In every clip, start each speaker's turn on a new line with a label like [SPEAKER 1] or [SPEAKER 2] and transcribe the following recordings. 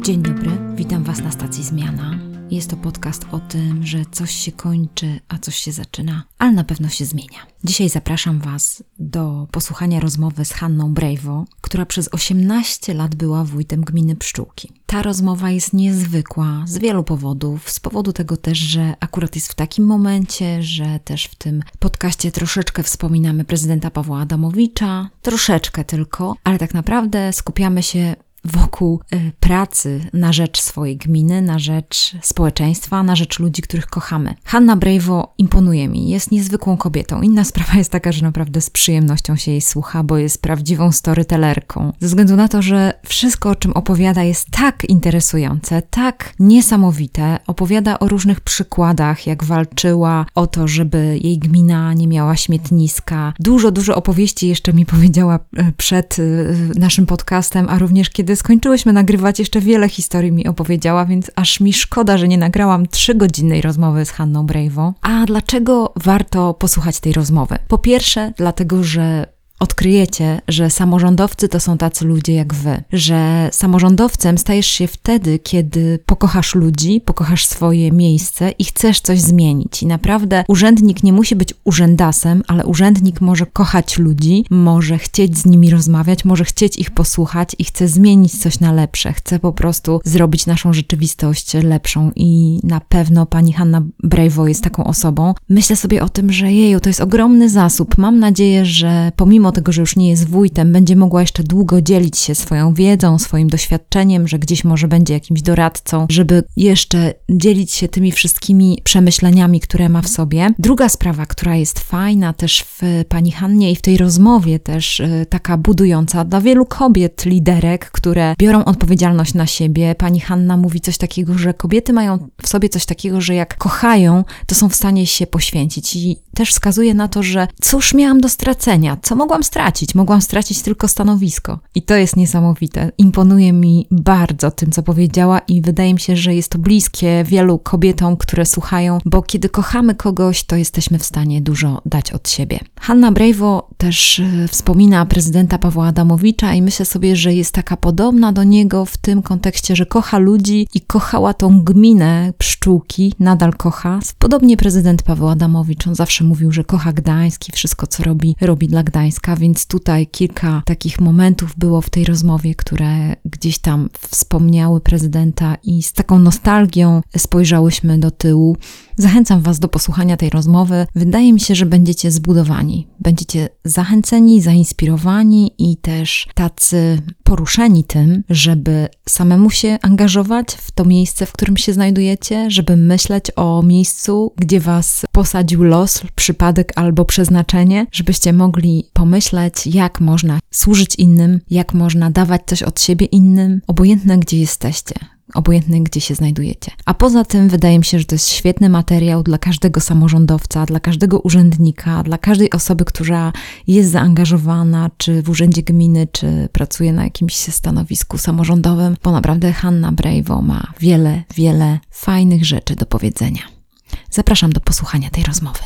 [SPEAKER 1] Dzień dobry, witam Was na stacji Zmiana. Jest to podcast o tym, że coś się kończy, a coś się zaczyna, ale na pewno się zmienia. Dzisiaj zapraszam Was do posłuchania rozmowy z Hanną Brejwo, która przez 18 lat była wójtem gminy Pszczółki. Ta rozmowa jest niezwykła z wielu powodów, z powodu tego też, że akurat jest w takim momencie, że też w tym podcaście troszeczkę wspominamy prezydenta Pawła Adamowicza, troszeczkę tylko, ale tak naprawdę skupiamy się wokół pracy na rzecz swojej gminy, na rzecz społeczeństwa, na rzecz ludzi, których kochamy. Hanna Brejwo imponuje mi, jest niezwykłą kobietą. Inna sprawa jest taka, że naprawdę z przyjemnością się jej słucha, bo jest prawdziwą storytellerką. Ze względu na to, że wszystko, o czym opowiada, jest tak interesujące, tak niesamowite. Opowiada o różnych przykładach, jak walczyła o to, żeby jej gmina nie miała śmietniska. Dużo opowieści jeszcze mi powiedziała przed naszym podcastem, a również kiedy skończyłyśmy nagrywać, jeszcze wiele historii mi opowiedziała, więc aż mi szkoda, że nie nagrałam 3-godzinnej rozmowy z Hanną Brejwo. A dlaczego warto posłuchać tej rozmowy? Po pierwsze, dlatego, że odkryjecie, że samorządowcy to są tacy ludzie jak wy, że samorządowcem stajesz się wtedy, kiedy pokochasz ludzi, pokochasz swoje miejsce i chcesz coś zmienić. I naprawdę urzędnik nie musi być urzędasem, ale urzędnik może kochać ludzi, może chcieć z nimi rozmawiać, może chcieć ich posłuchać i chce zmienić coś na lepsze, chce po prostu zrobić naszą rzeczywistość lepszą i na pewno pani Hanna Brejwo jest taką osobą. Myślę sobie o tym, że to jest ogromny zasób. Mam nadzieję, że pomimo tego, że już nie jest wójtem, będzie mogła jeszcze długo dzielić się swoją wiedzą, swoim doświadczeniem, że gdzieś może będzie jakimś doradcą, żeby jeszcze dzielić się tymi wszystkimi przemyśleniami, które ma w sobie. Druga sprawa, która jest fajna też w pani Hannie i w tej rozmowie też taka budująca dla wielu kobiet, liderek, które biorą odpowiedzialność na siebie. Pani Hanna mówi coś takiego, że kobiety mają w sobie coś takiego, że jak kochają, to są w stanie się poświęcić i też wskazuje na to, że cóż miałam do stracenia, co mogłam stracić? Mogłam stracić tylko stanowisko. I to jest niesamowite. Imponuje mi bardzo tym, co powiedziała i wydaje mi się, że jest to bliskie wielu kobietom, które słuchają, bo kiedy kochamy kogoś, to jesteśmy w stanie dużo dać od siebie. Hanna Brejwo też wspomina prezydenta Pawła Adamowicza i myślę sobie, że jest taka podobna do niego w tym kontekście, że kocha ludzi i kochała tą gminę Pszczółki, nadal kocha. Podobnie prezydent Paweł Adamowicz, on zawsze mówił, że kocha Gdańsk i wszystko, co robi dla Gdańska, więc tutaj kilka takich momentów było w tej rozmowie, które gdzieś tam wspomniały prezydenta i z taką nostalgią spojrzałyśmy do tyłu. Zachęcam Was do posłuchania tej rozmowy. Wydaje mi się, że będziecie zbudowani, będziecie zachęceni, zainspirowani i też tacy poruszeni tym, żeby samemu się angażować w to miejsce, w którym się znajdujecie, żeby myśleć o miejscu, gdzie Was posadził los, przypadek albo przeznaczenie, żebyście mogli pomyśleć, jak można służyć innym, jak można dawać coś od siebie innym, obojętne gdzie jesteście. Obojętnie, gdzie się znajdujecie. A poza tym wydaje mi się, że to jest świetny materiał dla każdego samorządowca, dla każdego urzędnika, dla każdej osoby, która jest zaangażowana, czy w urzędzie gminy, czy pracuje na jakimś stanowisku samorządowym, bo naprawdę Hanna Brejwo ma wiele fajnych rzeczy do powiedzenia. Zapraszam do posłuchania tej rozmowy.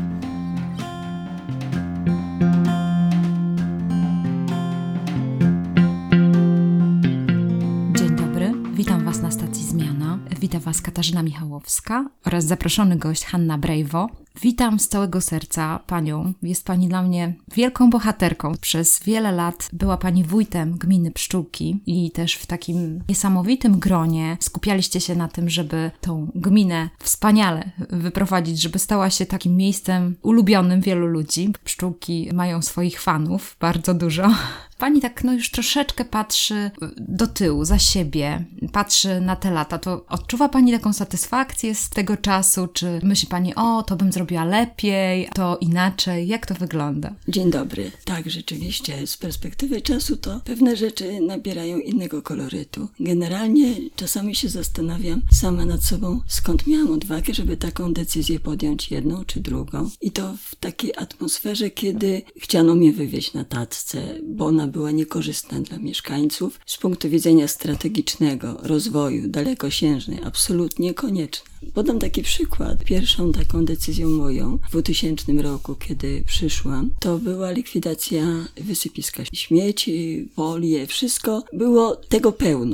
[SPEAKER 1] Witam Was na stacji Zmiana. Witam Was Katarzyna Michałowska oraz zaproszony gość Hanna Brejwo. Witam z całego serca Panią. Jest Pani dla mnie wielką bohaterką. Przez wiele lat była Pani wójtem gminy Pszczółki i też w takim niesamowitym gronie skupialiście się na tym, żeby tą gminę wspaniale wyprowadzić, żeby stała się takim miejscem ulubionym wielu ludzi. Pszczółki mają swoich fanów, bardzo dużo. Pani tak już troszeczkę patrzy do tyłu, za siebie, patrzy na te lata. To odczuwa Pani taką satysfakcję z tego czasu? Czy myśli Pani, to bym zrobiła lepiej, to inaczej? Jak to wygląda?
[SPEAKER 2] Dzień dobry. Tak, rzeczywiście, z perspektywy czasu to pewne rzeczy nabierają innego kolorytu. Generalnie czasami się zastanawiam sama nad sobą, skąd miałam odwagę, żeby taką decyzję podjąć, jedną czy drugą. I to w takiej atmosferze, kiedy chciano mnie wywieźć na tacce, bo ona była niekorzystna dla mieszkańców. Z punktu widzenia strategicznego rozwoju dalekosiężnej, absolutnie konieczna. Podam taki przykład. Pierwszą taką decyzją moją w 2000 roku, kiedy przyszłam, to była likwidacja wysypiska śmieci, folie, wszystko było tego pełno.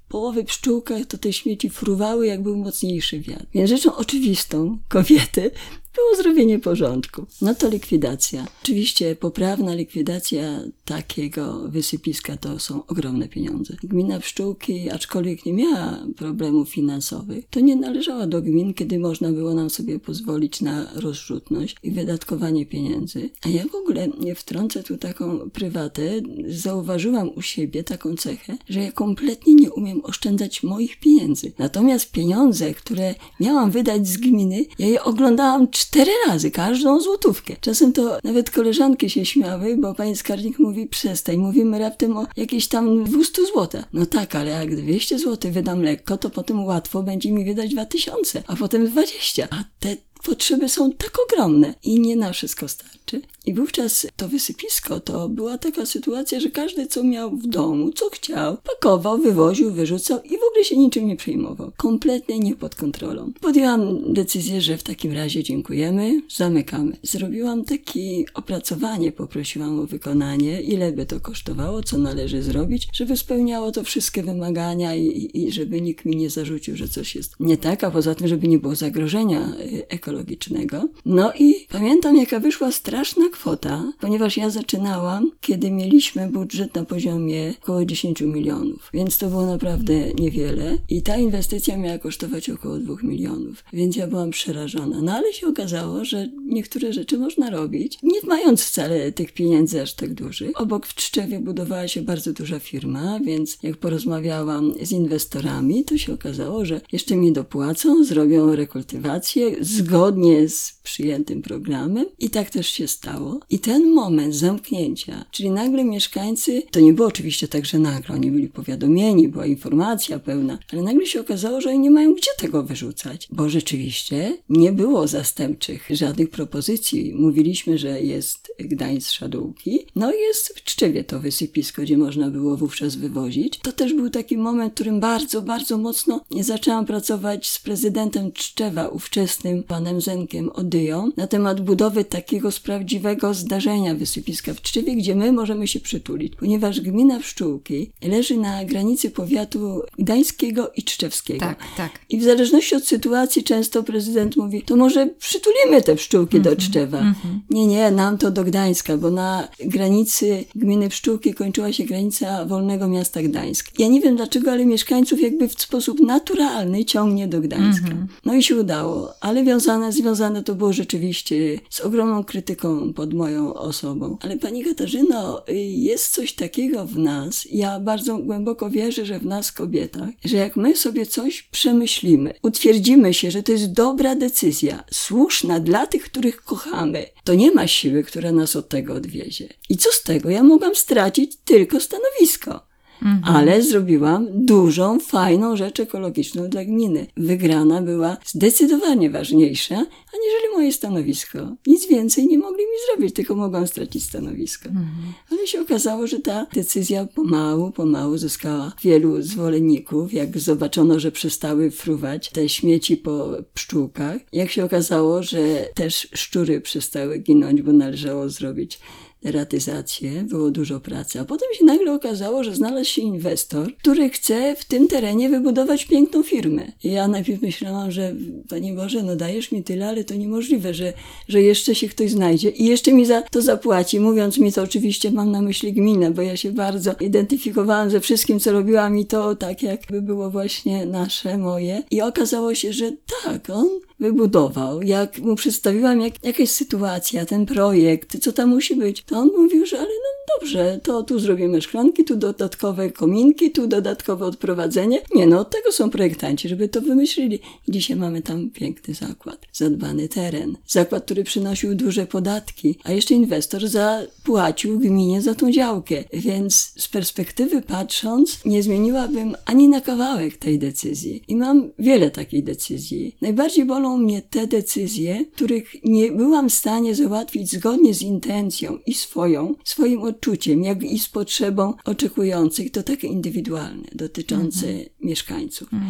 [SPEAKER 2] połowy pszczółkach, to te śmieci fruwały, jak był mocniejszy wiatr. Więc rzeczą oczywistą kobiety było zrobienie porządku. No to likwidacja. Oczywiście poprawna likwidacja takiego wysypiska to są ogromne pieniądze. Gmina Pszczółki, aczkolwiek nie miała problemów finansowych, to nie należała do gmin, kiedy można było nam sobie pozwolić na rozrzutność i wydatkowanie pieniędzy. A ja w ogóle nie wtrącę tu taką prywatę. Zauważyłam u siebie taką cechę, że ja kompletnie nie umiem oszczędzać moich pieniędzy. Natomiast pieniądze, które miałam wydać z gminy, ja je oglądałam 4 razy, każdą złotówkę. Czasem to nawet koleżanki się śmiały, bo pani skarbnik mówi, przestań, mówimy raptem o jakieś tam 200 zł. No tak, ale jak 200 zł wydam lekko, to potem łatwo będzie mi wydać 2000, a potem 20. A te potrzeby są tak ogromne i nie na wszystko starczy. I wówczas to wysypisko to była taka sytuacja, że każdy co miał w domu, co chciał, pakował, wywoził, wyrzucał i w ogóle się niczym nie przejmował. Kompletnie nie pod kontrolą. Podjęłam decyzję, że w takim razie dziękujemy, zamykamy. Zrobiłam takie opracowanie, poprosiłam o wykonanie, ile by to kosztowało, co należy zrobić, żeby spełniało to wszystkie wymagania i żeby nikt mi nie zarzucił, że coś jest nie tak, a poza tym, żeby nie było zagrożenia ekologicznego. No i pamiętam, jaka wyszła straszna kwota, ponieważ ja zaczynałam, kiedy mieliśmy budżet na poziomie około 10 milionów, więc to było naprawdę niewiele i ta inwestycja miała kosztować około 2 milionów, więc ja byłam przerażona. No ale się okazało, że niektóre rzeczy można robić, nie mając wcale tych pieniędzy aż tak dużych. Obok w Tczewie budowała się bardzo duża firma, więc jak porozmawiałam z inwestorami, to się okazało, że jeszcze mi dopłacą, zrobią rekultywację zgodnie z przyjętym programem i tak też się stało. I ten moment zamknięcia, czyli nagle mieszkańcy, to nie było oczywiście tak, że nagle oni byli powiadomieni, była informacja pełna, ale nagle się okazało, że oni nie mają gdzie tego wyrzucać, bo rzeczywiście nie było zastępczych żadnych propozycji. Mówiliśmy, że jest Gdańsk Szadółki, no i jest w Tczewie to wysypisko, gdzie można było wówczas wywozić. To też był taki moment, w którym bardzo, bardzo mocno zaczęłam pracować z prezydentem Tczewa, ówczesnym panem Zenkiem Odyją, na temat budowy takiego prawdziwego zdarzenia wysypiska w Tczewie, gdzie my możemy się przytulić, ponieważ gmina Pszczółki leży na granicy powiatu gdańskiego i tczewskiego.
[SPEAKER 1] Tak.
[SPEAKER 2] I w zależności od sytuacji często prezydent mówi, to może przytulimy te pszczółki do Tczewa. Nie, nam to do Gdańska, bo na granicy gminy Pszczółki kończyła się granica Wolnego Miasta Gdańsk. Ja nie wiem dlaczego, ale mieszkańców jakby w sposób naturalny ciągnie do Gdańska. No i się udało, ale związane to było rzeczywiście z ogromną krytyką pod moją osobą. Ale pani Katarzyno, jest coś takiego w nas, ja bardzo głęboko wierzę, że w nas kobietach, że jak my sobie coś przemyślimy, utwierdzimy się, że to jest dobra decyzja, słuszna dla tych, których kochamy, to nie ma siły, która nas od tego odwiezie. I co z tego? Ja mogłam stracić tylko stanowisko. Ale zrobiłam dużą, fajną rzecz ekologiczną dla gminy. Wygrana była zdecydowanie ważniejsza, aniżeli moje stanowisko. Nic więcej nie mogli mi zrobić, tylko mogłam stracić stanowisko. Ale się okazało, że ta decyzja pomału zyskała wielu zwolenników. Jak zobaczono, że przestały fruwać te śmieci po pszczółkach. Jak się okazało, że też szczury przestały ginąć, bo należało zrobić deratyzację, było dużo pracy, a potem się nagle okazało, że znalazł się inwestor, który chce w tym terenie wybudować piękną firmę. I ja najpierw myślałam, że Panie Boże, no dajesz mi tyle, ale to niemożliwe, że jeszcze się ktoś znajdzie i jeszcze mi za to zapłaci. Mówiąc mi to oczywiście mam na myśli gminę, bo ja się bardzo identyfikowałam ze wszystkim, co robiłam i to tak jakby było właśnie nasze, moje. I okazało się, że tak, on wybudował. Jak mu przedstawiłam jakaś sytuacja, ten projekt, co tam musi być, to on mówił, że ale no dobrze, to tu zrobimy szklanki, tu dodatkowe kominki, tu dodatkowe odprowadzenie. Nie, no od tego są projektanci, żeby to wymyślili. I dzisiaj mamy tam piękny zakład, zadbany teren. Zakład, który przynosił duże podatki, a jeszcze inwestor zapłacił gminie za tą działkę. Więc z perspektywy patrząc, nie zmieniłabym ani na kawałek tej decyzji. I mam wiele takich decyzji. Najbardziej bolą mnie te decyzje, których nie byłam w stanie załatwić zgodnie z intencją i swoim odczuciem, jak i z potrzebą oczekujących. To takie indywidualne, dotyczące mieszkańców.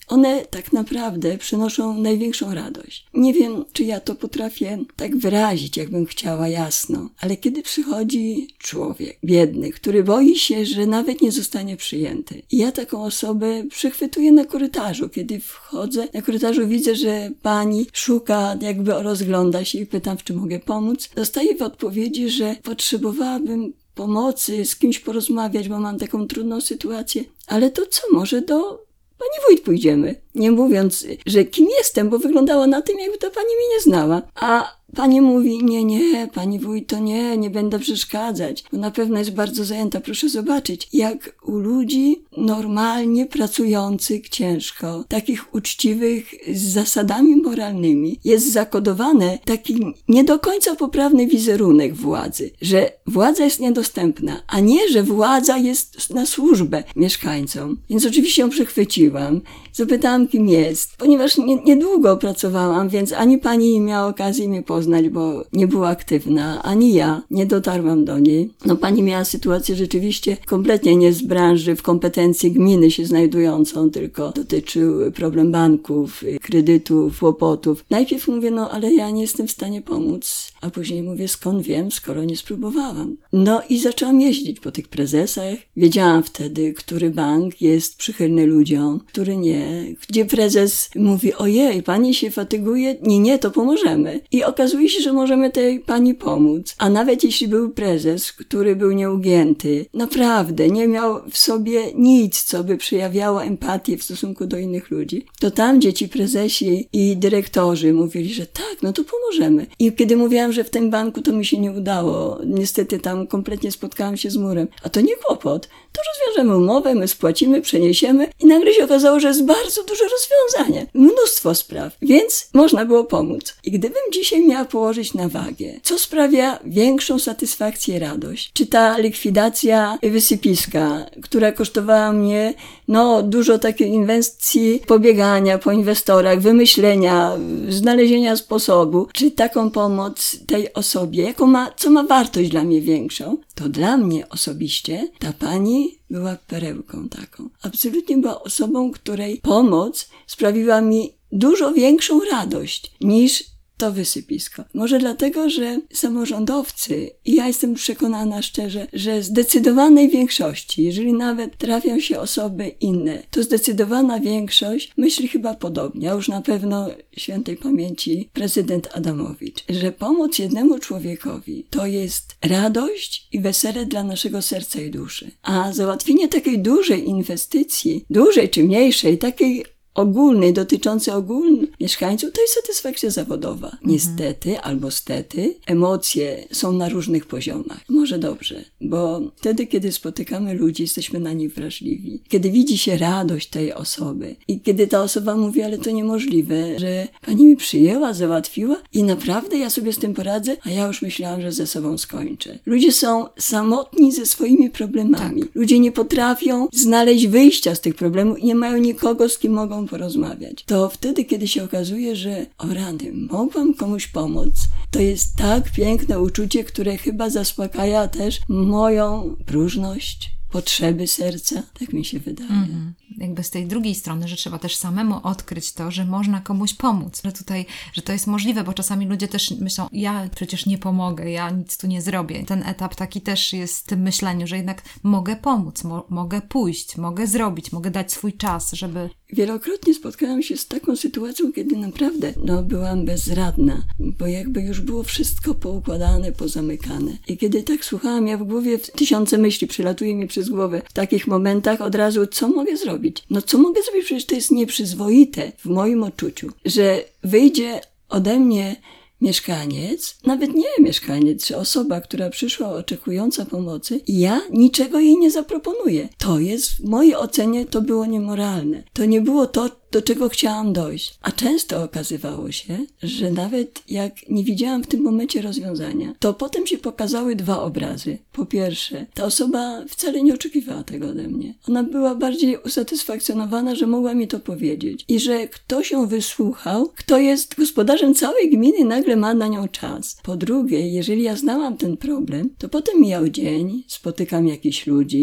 [SPEAKER 2] one tak naprawdę przynoszą największą radość. Nie wiem, czy ja to potrafię tak wyrazić, jakbym chciała jasno, ale kiedy przychodzi człowiek biedny, który boi się, że nawet nie zostanie przyjęty. I ja taką osobę przychwytuję na korytarzu. Kiedy wchodzę na korytarzu, widzę, że pani szuka, jakby rozgląda się i pytam, czy mogę pomóc. Dostaję w odpowiedzi, że potrzebowałabym pomocy, z kimś porozmawiać, bo mam taką trudną sytuację. Ale to co, może do pani wójt pójdziemy? Nie mówiąc, że kim jestem, bo wyglądało na tym, jakby ta pani mnie nie znała. A pani mówi, nie, pani wójt, to nie będę przeszkadzać, bo na pewno jest bardzo zajęta. Proszę zobaczyć, jak u ludzi normalnie pracujących ciężko, takich uczciwych, z zasadami moralnymi, jest zakodowany taki nie do końca poprawny wizerunek władzy, że władza jest niedostępna, a nie, że władza jest na służbę mieszkańcom. Więc oczywiście ją przechwyciłam, zapytałam, kim jest, ponieważ niedługo pracowałam, więc ani pani nie miała okazji mnie poznać, bo nie była aktywna, ani ja nie dotarłam do niej. No pani miała sytuację rzeczywiście kompletnie nie z branży, w kompetencji gminy się znajdującą, tylko dotyczył problem banków, kredytów, kłopotów. Najpierw mówię, ale ja nie jestem w stanie pomóc, a później mówię, skąd wiem, skoro nie spróbowałam. No i zaczęłam jeździć po tych prezesach. Wiedziałam wtedy, który bank jest przychylny ludziom, który nie, gdzie prezes mówi, ojej, pani się fatyguje, nie, to pomożemy. I okazuje się, że możemy tej pani pomóc. A nawet jeśli był prezes, który był nieugięty, naprawdę nie miał w sobie nic, co by przejawiało empatię w stosunku do innych ludzi, to tam ci prezesi i dyrektorzy mówili, że tak, to pomożemy. I kiedy mówiłam, że w tym banku to mi się nie udało, niestety tam kompletnie spotkałam się z murem, a to nie kłopot, to rozwiążemy umowę, my spłacimy, przeniesiemy i nagle się okazało, że jest bardzo duże rozwiązanie, mnóstwo spraw, więc można było pomóc. I gdybym dzisiaj miała położyć na wagę, co sprawia większą satysfakcję i radość? Czy ta likwidacja wysypiska, która kosztowała mnie dużo takiej inwestycji, pobiegania po inwestorach, wymyślenia, znalezienia sposobu, czy taką pomoc tej osobie, co ma wartość dla mnie większą, to dla mnie osobiście ta pani była perełką taką. Absolutnie była osobą, której pomoc sprawiła mi dużo większą radość niż to wysypisko. Może dlatego, że samorządowcy, i ja jestem przekonana szczerze, że zdecydowanej większości, jeżeli nawet trafią się osoby inne, to zdecydowana większość myśli chyba podobnie, a już na pewno świętej pamięci prezydent Adamowicz, że pomoc jednemu człowiekowi to jest radość i wesele dla naszego serca i duszy. A załatwienie takiej dużej inwestycji, dużej czy mniejszej, takiej ogólnej, dotyczącej ogólnych mieszkańców, to jest satysfakcja zawodowa. Niestety albo stety, emocje są na różnych poziomach. Może dobrze, bo wtedy, kiedy spotykamy ludzi, jesteśmy na nich wrażliwi. Kiedy widzi się radość tej osoby i kiedy ta osoba mówi, ale to niemożliwe, że pani mi przyjęła, załatwiła i naprawdę ja sobie z tym poradzę, a ja już myślałam, że ze sobą skończę. Ludzie są samotni ze swoimi problemami. Tak. Ludzie nie potrafią znaleźć wyjścia z tych problemów i nie mają nikogo, z kim mogą porozmawiać. To wtedy, kiedy się okazuje, że o rany, mogłam komuś pomóc, to jest tak piękne uczucie, które chyba zaspokaja też moją próżność, potrzeby serca. Tak mi się wydaje.
[SPEAKER 1] Jakby z tej drugiej strony, że trzeba też samemu odkryć to, że można komuś pomóc. Że to jest możliwe, bo czasami ludzie też myślą, ja przecież nie pomogę, ja nic tu nie zrobię. Ten etap taki też jest w tym myśleniu, że jednak mogę pomóc, mogę pójść, mogę zrobić, mogę dać swój czas, żeby...
[SPEAKER 2] Wielokrotnie spotkałam się z taką sytuacją, kiedy naprawdę byłam bezradna, bo jakby już było wszystko poukładane, pozamykane. I kiedy tak słuchałam, ja w głowie tysiące myśli przelatuje mi przez głowę. W takich momentach od razu, co mogę zrobić? Co mogę zrobić? Przecież to jest nieprzyzwoite w moim odczuciu, że wyjdzie ode mnie mieszkaniec, nawet nie mieszkaniec, czy osoba, która przyszła oczekująca pomocy i ja niczego jej nie zaproponuję. To jest, w mojej ocenie, to było niemoralne. To nie było to, do czego chciałam dojść. A często okazywało się, że nawet jak nie widziałam w tym momencie rozwiązania, to potem się pokazały dwa obrazy. Po pierwsze, ta osoba wcale nie oczekiwała tego ode mnie. Ona była bardziej usatysfakcjonowana, że mogła mi to powiedzieć. I że ktoś ją wysłuchał, kto jest gospodarzem całej gminy, nagle ma na nią czas. Po drugie, jeżeli ja znałam ten problem, to potem mijał dzień, spotykam jakichś ludzi,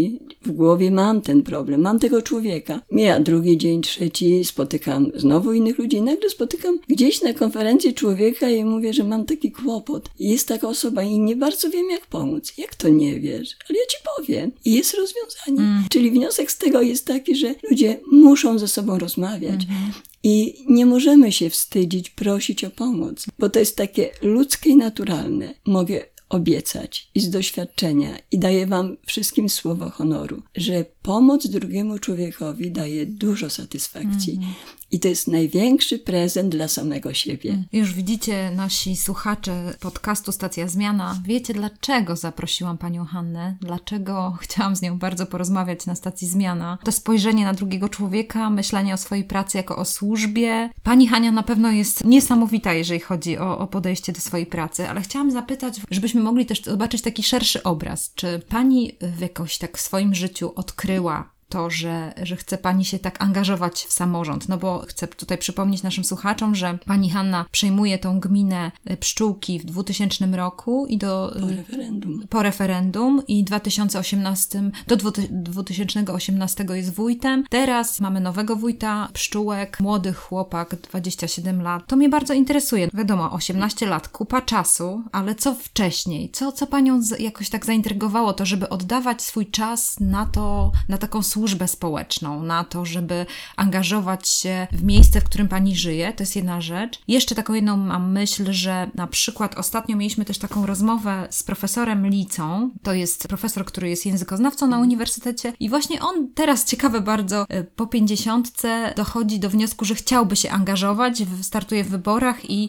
[SPEAKER 2] w głowie mam ten problem, mam tego człowieka. Mija drugi dzień, trzeci, spotykam znowu innych ludzi, nagle spotykam gdzieś na konferencji człowieka i mówię, że mam taki kłopot. Jest taka osoba i nie bardzo wiem, jak pomóc. Jak to nie wiesz? Ale ja ci powiem. I jest rozwiązanie. Czyli wniosek z tego jest taki, że ludzie muszą ze sobą rozmawiać. I nie możemy się wstydzić, prosić o pomoc, bo to jest takie ludzkie i naturalne. Mogę obiecać i z doświadczenia i daję wam wszystkim słowo honoru, że pomoc drugiemu człowiekowi daje dużo satysfakcji. I to jest największy prezent dla samego siebie.
[SPEAKER 1] Już widzicie, nasi słuchacze podcastu Stacja Zmiana, wiecie, dlaczego zaprosiłam panią Hannę, dlaczego chciałam z nią bardzo porozmawiać na Stacji Zmiana. To spojrzenie na drugiego człowieka, myślenie o swojej pracy jako o służbie. Pani Hania na pewno jest niesamowita, jeżeli chodzi o podejście do swojej pracy, ale chciałam zapytać, żebyśmy mogli też zobaczyć taki szerszy obraz. Czy pani jakoś tak w swoim życiu odkryła to, że chce pani się tak angażować w samorząd? No bo chcę tutaj przypomnieć naszym słuchaczom, że pani Hanna przejmuje tą gminę Pszczółki w 2000 roku i po referendum i 2018 do 2018 jest wójtem. Teraz mamy nowego wójta Pszczółek, młody chłopak, 27 lat. To mnie bardzo interesuje. Wiadomo, 18 lat, kupa czasu, ale co wcześniej? Co panią jakoś tak zaintrygowało to, żeby oddawać swój czas na taką służbę społeczną, na to, żeby angażować się w miejsce, w którym pani żyje? To jest jedna rzecz. Jeszcze taką jedną mam myśl, że na przykład ostatnio mieliśmy też taką rozmowę z profesorem Licą. To jest profesor, który jest językoznawcą na uniwersytecie i właśnie on teraz, ciekawe bardzo, po 50 dochodzi do wniosku, że chciałby się angażować, startuje w wyborach i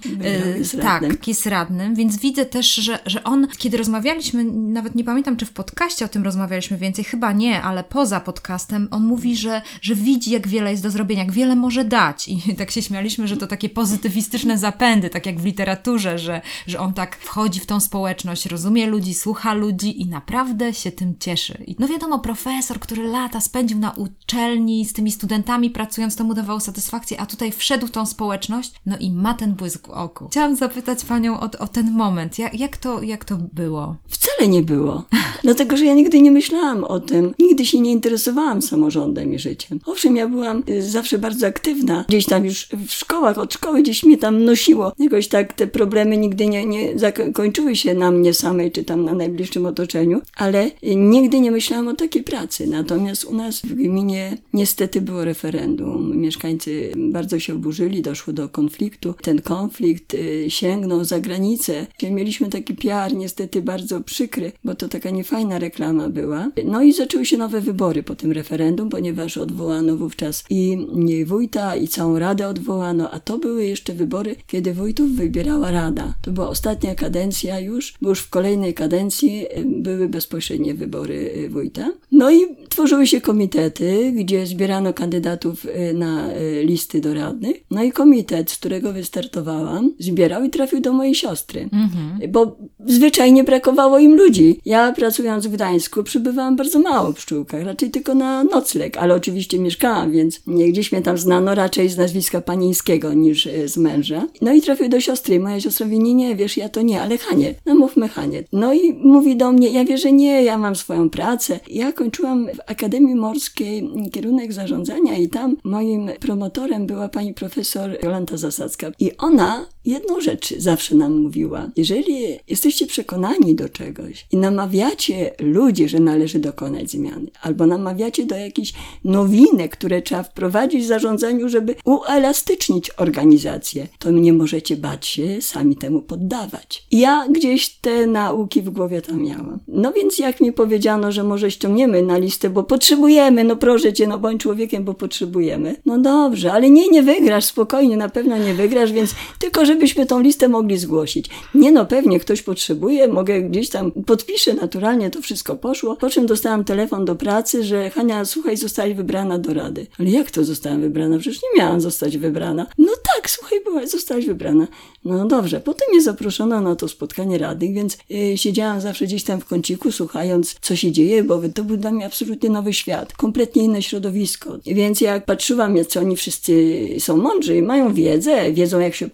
[SPEAKER 1] tak, jest radnym, więc widzę też, że on, kiedy rozmawialiśmy, nawet nie pamiętam, czy w podcaście o tym rozmawialiśmy więcej, chyba nie, ale poza podcastem, on mówi, że widzi, jak wiele jest do zrobienia, jak wiele może dać. I tak się śmialiśmy, że to takie pozytywistyczne zapędy, tak jak w literaturze, że on tak wchodzi w tą społeczność, rozumie ludzi, słucha ludzi i naprawdę się tym cieszy. I no wiadomo, profesor, który lata spędził na uczelni z tymi studentami pracując, to mu dawało satysfakcję, a tutaj wszedł w tą społeczność, no i ma ten błysk w oku. Chciałam zapytać panią o ten moment. Jak to było?
[SPEAKER 2] Wcale nie było. Dlatego, że ja nigdy nie myślałam o tym. Nigdy się nie interesowałam samorządem i życiem. Owszem, ja byłam zawsze bardzo aktywna. Gdzieś tam już w szkołach, od szkoły gdzieś mnie tam nosiło. Jakoś tak te problemy nigdy nie zakończyły się na mnie samej, czy tam na najbliższym otoczeniu. Ale nigdy nie myślałam o takiej pracy. Natomiast u nas w gminie niestety było referendum. Mieszkańcy bardzo się oburzyli, doszło do konfliktu. Ten konflikt sięgnął za granicę. Mieliśmy taki PR niestety bardzo przykry, bo to taka niefajna reklama była. No i zaczęły się nowe wybory po tym referendum, ponieważ odwołano wówczas i wójta, i całą radę odwołano, a to były jeszcze wybory, kiedy wójtów wybierała rada. To była ostatnia kadencja już, bo już w kolejnej kadencji były bezpośrednie wybory wójta. No i tworzyły się komitety, gdzie zbierano kandydatów na listy do radnych. No i komitet, z którego wystartowałam, zbierał i trafił do mojej siostry. Bo zwyczajnie brakowało im ludzi. Ja pracując w Gdańsku przybywałam bardzo mało w Pszczółkach, raczej tylko na nocleg, ale oczywiście mieszkałam, więc gdzieś mnie tam znano raczej z nazwiska Panińskiego niż z męża. No i trafił do siostry. Moja siostra mówi, nie, wiesz, ja to nie, ale Hanie, no mówmy Hanie. No i mówi do mnie, ja wierzę, nie, ja mam swoją pracę. Ja kończyłam w Akademii Morskiej kierunek zarządzania i tam moim promotorem była pani profesor Jolanta Zasadzka. I ona jedną rzecz zawsze nam mówiła. Jeżeli jesteście przekonani do czegoś i namawiacie ludzi, że należy dokonać zmiany, albo namawiacie do jakichś nowinek, które trzeba wprowadzić w zarządzaniu, żeby uelastycznić organizację, to nie możecie bać się sami temu poddawać. I ja gdzieś te nauki w głowie tam miałam. No więc jak mi powiedziano, że może ściągniemy na listę, bo potrzebujemy, no proszę cię, no bądź człowiekiem, bo potrzebujemy. No dobrze, ale nie wygrasz, spokojnie, na pewno nie wygrasz, więc tylko żebyśmy tą listę mogli zgłosić. Nie no, pewnie ktoś potrzebuje, mogę gdzieś tam, podpiszę naturalnie, to wszystko poszło. Po czym dostałam telefon do pracy, że Hania, słuchaj, zostałaś wybrana do rady. Ale jak to zostałam wybrana? Przecież nie miałam zostać wybrana. No tak, słuchaj, zostałaś wybrana. No dobrze, potem mnie zaproszono na to spotkanie radnych, więc siedziałam zawsze gdzieś tam w kąciku, słuchając, co się dzieje, bo to był dla mnie absolutnie nowy świat, kompletnie inne środowisko. Więc jak patrzyłam, co oni wszyscy są mądrzy, mają wiedzę, wiedzą jak się poruszać,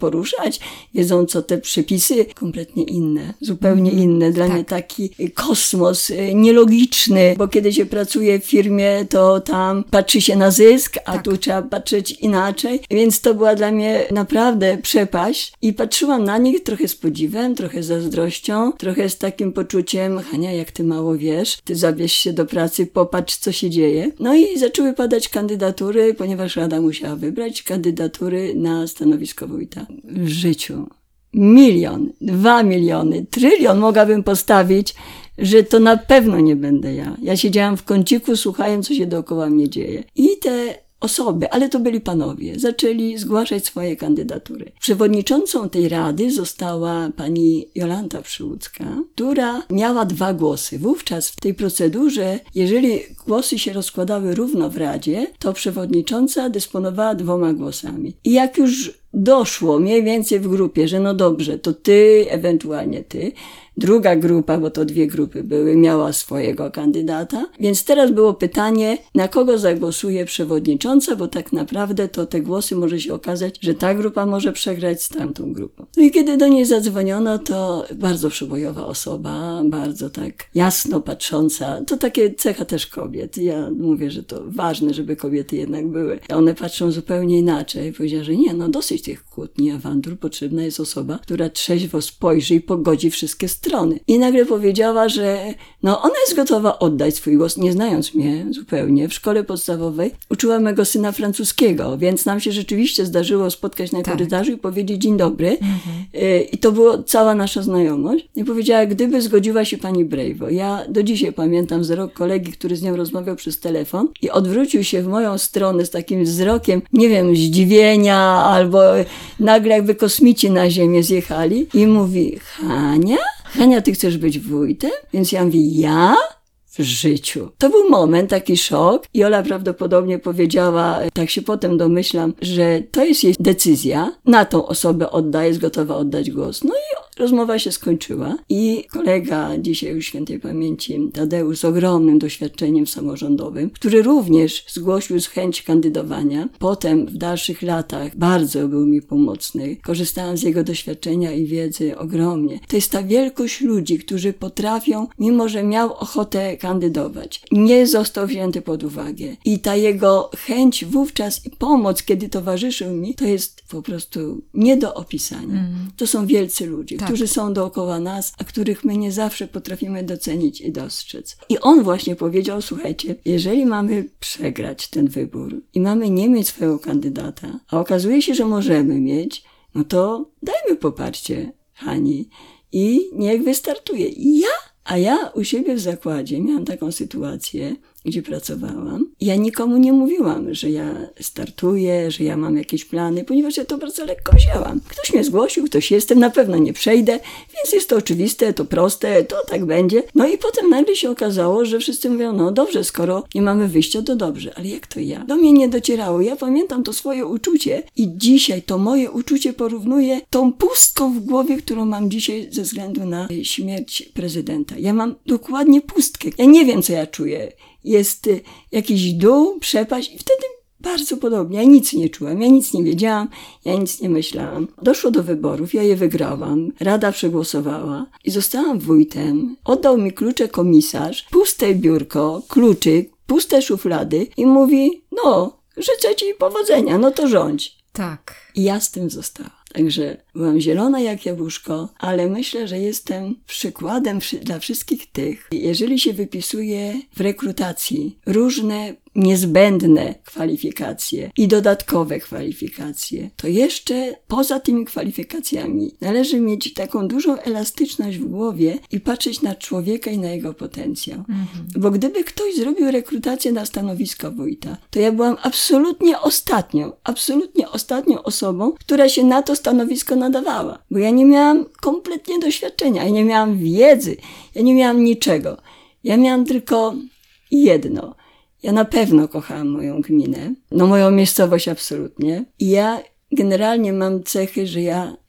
[SPEAKER 2] pracować, wiedzą, co te przepisy, kompletnie inne, zupełnie inne. Dla mnie taki kosmos nielogiczny, bo kiedy się pracuje w firmie, to tam patrzy się na zysk, a tu trzeba patrzeć inaczej, więc to była dla mnie naprawdę przepaść i patrzyłam na nich trochę z podziwem, trochę z zazdrością, trochę z takim poczuciem, Hania, jak ty mało wiesz, ty zabierz się do pracy, popatrz, co się dzieje. No i zaczęły padać kandydatury, ponieważ Rada musiała wybrać kandydatury na stanowisko wójta. W życiu 1 milion, 2 miliony, 1 trylion mogłabym postawić, że to na pewno nie będę ja. Ja siedziałam w kąciku, słuchając, co się dookoła mnie dzieje. I te osoby, ale to byli panowie, zaczęli zgłaszać swoje kandydatury. Przewodniczącą tej rady została pani Jolanta Przyłódzka, która miała 2 głosy. Wówczas w tej procedurze, jeżeli głosy się rozkładały równo w radzie, to przewodnicząca dysponowała 2 głosami. I jak już doszło mniej więcej w grupie, że no dobrze, to ty, ewentualnie ty, druga grupa, bo to 2 grupy były, miała swojego kandydata, więc teraz było pytanie, na kogo zagłosuje przewodnicząca, bo tak naprawdę to te głosy może się okazać, że ta grupa może przegrać z tamtą grupą. No i kiedy do niej zadzwoniono, to bardzo przebojowa osoba, bardzo tak jasno patrząca, to takie cecha też kobiet. Ja mówię, że to ważne, żeby kobiety jednak były. One patrzą zupełnie inaczej. Powiedziała, że nie, no dosyć tych kłótni, awantur, potrzebna jest osoba, która trzeźwo spojrzy i pogodzi wszystkie strony. I nagle powiedziała, że no ona jest gotowa oddać swój głos, nie znając mnie zupełnie. W szkole podstawowej uczyła mego syna francuskiego, więc nam się rzeczywiście zdarzyło spotkać na korytarzu i powiedzieć dzień dobry. I to była cała nasza znajomość. I powiedziała, gdyby zgodziła się pani Brejwo. Ja do dzisiaj pamiętam wzrok kolegi, który z nią rozmawiał przez telefon i odwrócił się w moją stronę z takim wzrokiem, nie wiem, zdziwienia albo nagle jakby kosmici na ziemię zjechali i mówi, Hania, ty chcesz być wójtem? Więc ja mówię, ja? W życiu. To był moment, taki szok i Ola prawdopodobnie powiedziała, tak się potem domyślam, że to jest jej decyzja, na tą osobę jest gotowa oddać głos. No i rozmowa się skończyła i kolega, dzisiaj już świętej pamięci, Tadeusz z ogromnym doświadczeniem samorządowym, który również zgłosił chęć kandydowania. Potem w dalszych latach bardzo był mi pomocny. Korzystałam z jego doświadczenia i wiedzy ogromnie. To jest ta wielkość ludzi, którzy potrafią, mimo że miał ochotę kandydować, nie został wzięty pod uwagę. I ta jego chęć wówczas i pomoc, kiedy towarzyszył mi, to jest po prostu nie do opisania. To są wielcy ludzie, którzy są dookoła nas, a których my nie zawsze potrafimy docenić i dostrzec. I on właśnie powiedział, słuchajcie, jeżeli mamy przegrać ten wybór i mamy nie mieć swojego kandydata, a okazuje się, że możemy mieć, no to dajmy poparcie Hani i niech wystartuje. A ja u siebie w zakładzie miałam taką sytuację, gdzie pracowałam. Ja nikomu nie mówiłam, że ja startuję, że ja mam jakieś plany, ponieważ ja to bardzo lekko wzięłam. Ktoś mnie zgłosił, ktoś jestem, na pewno nie przejdę, więc jest to oczywiste, to proste, to tak będzie. No i potem nagle się okazało, że wszyscy mówią, no dobrze, skoro nie mamy wyjścia, to dobrze, ale jak to ja? Do mnie nie docierało. Ja pamiętam to swoje uczucie i dzisiaj to moje uczucie porównuję tą pustką w głowie, którą mam dzisiaj ze względu na śmierć prezydenta. Ja mam dokładnie pustkę. Ja nie wiem, co ja czuję. Jest jakiś dół, przepaść i wtedy bardzo podobnie. Ja nic nie czułam, ja nic nie wiedziałam, ja nic nie myślałam. Doszło do wyborów, ja je wygrałam, rada przegłosowała i zostałam wójtem. Oddał mi klucze komisarz, puste biurko, kluczyk, puste szuflady i mówi, no, życzę ci powodzenia, no to rządź.
[SPEAKER 1] Tak.
[SPEAKER 2] I ja z tym zostałam. Także byłam zielona jak jabłuszko, ale myślę, że jestem przykładem dla wszystkich tych. Jeżeli się wypisuje w rekrutacji różne niezbędne kwalifikacje i dodatkowe kwalifikacje, to jeszcze poza tymi kwalifikacjami należy mieć taką dużą elastyczność w głowie i patrzeć na człowieka i na jego potencjał. Bo gdyby ktoś zrobił rekrutację na stanowisko wójta, to ja byłam absolutnie ostatnią osobą, która się na to stanowisko nadawała. Bo ja nie miałam kompletnie doświadczenia, ja nie miałam wiedzy, ja nie miałam niczego. Ja miałam tylko jedno. Ja na pewno kochałam moją gminę, moją miejscowość absolutnie. I ja generalnie mam cechy, że ja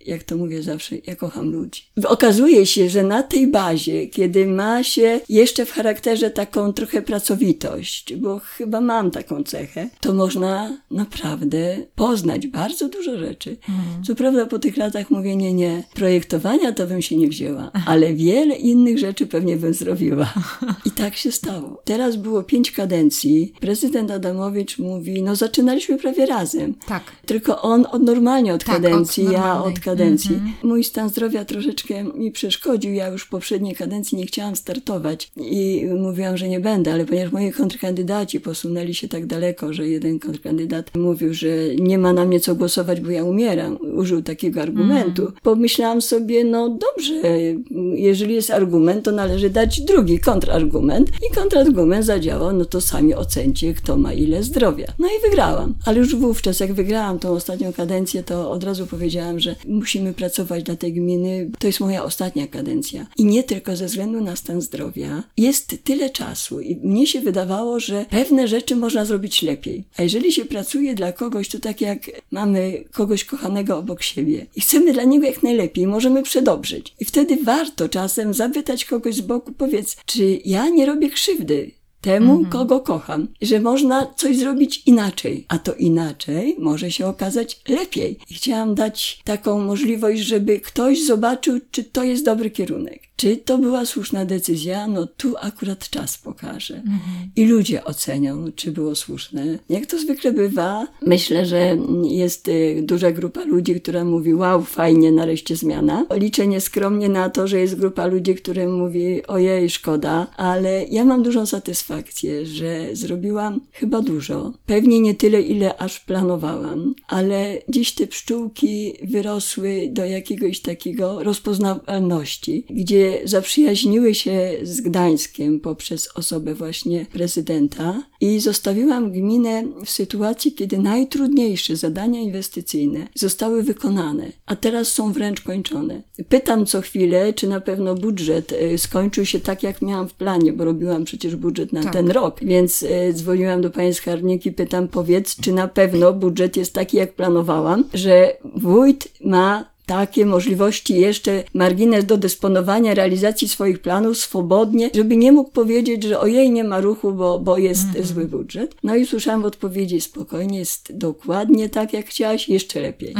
[SPEAKER 2] jak to mówię zawsze, ja kocham ludzi. Okazuje się, że na tej bazie, kiedy ma się jeszcze w charakterze taką trochę pracowitość, bo chyba mam taką cechę, to można naprawdę poznać bardzo dużo rzeczy. Co prawda po tych latach mówię, nie, projektowania to bym się nie wzięła, ale wiele innych rzeczy pewnie bym zrobiła. I tak się stało. Teraz było 5 kadencji. Prezydent Adamowicz mówi, zaczynaliśmy prawie razem.
[SPEAKER 1] Tak.
[SPEAKER 2] Tylko on normalnie od kadencji, ja od kadencji. Mój stan zdrowia troszeczkę mi przeszkodził. Ja już w poprzedniej kadencji nie chciałam startować i mówiłam, że nie będę, ale ponieważ moi kontrkandydaci posunęli się tak daleko, że jeden kontrkandydat mówił, że nie ma na mnie co głosować, bo ja umieram. Użył takiego argumentu. Pomyślałam sobie, dobrze, jeżeli jest argument, to należy dać drugi kontrargument i kontrargument zadziałał, to sami ocencie, kto ma ile zdrowia. I wygrałam. Ale już wówczas, jak wygrałam tą ostatnią kadencję, to od razu powiedziałam, że musimy pracować dla tej gminy. To jest moja ostatnia kadencja. I nie tylko ze względu na stan zdrowia. Jest tyle czasu i mnie się wydawało, że pewne rzeczy można zrobić lepiej. A jeżeli się pracuje dla kogoś, to tak jak mamy kogoś kochanego obok siebie i chcemy dla niego jak najlepiej, możemy przedobrzyć. I wtedy warto czasem zapytać kogoś z boku, powiedz, czy ja nie robię krzywdy temu, kogo kocham, że można coś zrobić inaczej, a to inaczej może się okazać lepiej. I chciałam dać taką możliwość, żeby ktoś zobaczył, czy to jest dobry kierunek. Czy to była słuszna decyzja? Tu akurat czas pokaże. I ludzie ocenią, czy było słuszne. Jak to zwykle bywa, myślę, że jest duża grupa ludzi, która mówi, wow, fajnie, nareszcie zmiana. Liczę nieskromnie na to, że jest grupa ludzi, która mówi, ojej, szkoda, ale ja mam dużą satysfakcję, że zrobiłam chyba dużo. Pewnie nie tyle, ile aż planowałam, ale dziś te pszczółki wyrosły do jakiegoś takiego rozpoznawalności, gdzie zaprzyjaźniły się z Gdańskiem poprzez osobę właśnie prezydenta i zostawiłam gminę w sytuacji, kiedy najtrudniejsze zadania inwestycyjne zostały wykonane, a teraz są wręcz kończone. Pytam co chwilę, czy na pewno budżet skończył się tak, jak miałam w planie, bo robiłam przecież budżet na ten rok, więc dzwoniłam do pani skarbnik i pytam, powiedz, czy na pewno budżet jest taki, jak planowałam, że wójt ma takie możliwości, jeszcze margines do dysponowania, realizacji swoich planów swobodnie, żeby nie mógł powiedzieć, że ojej, nie ma ruchu, bo jest zły budżet. I słyszałam w odpowiedzi, spokojnie, jest dokładnie tak, jak chciałaś, jeszcze lepiej.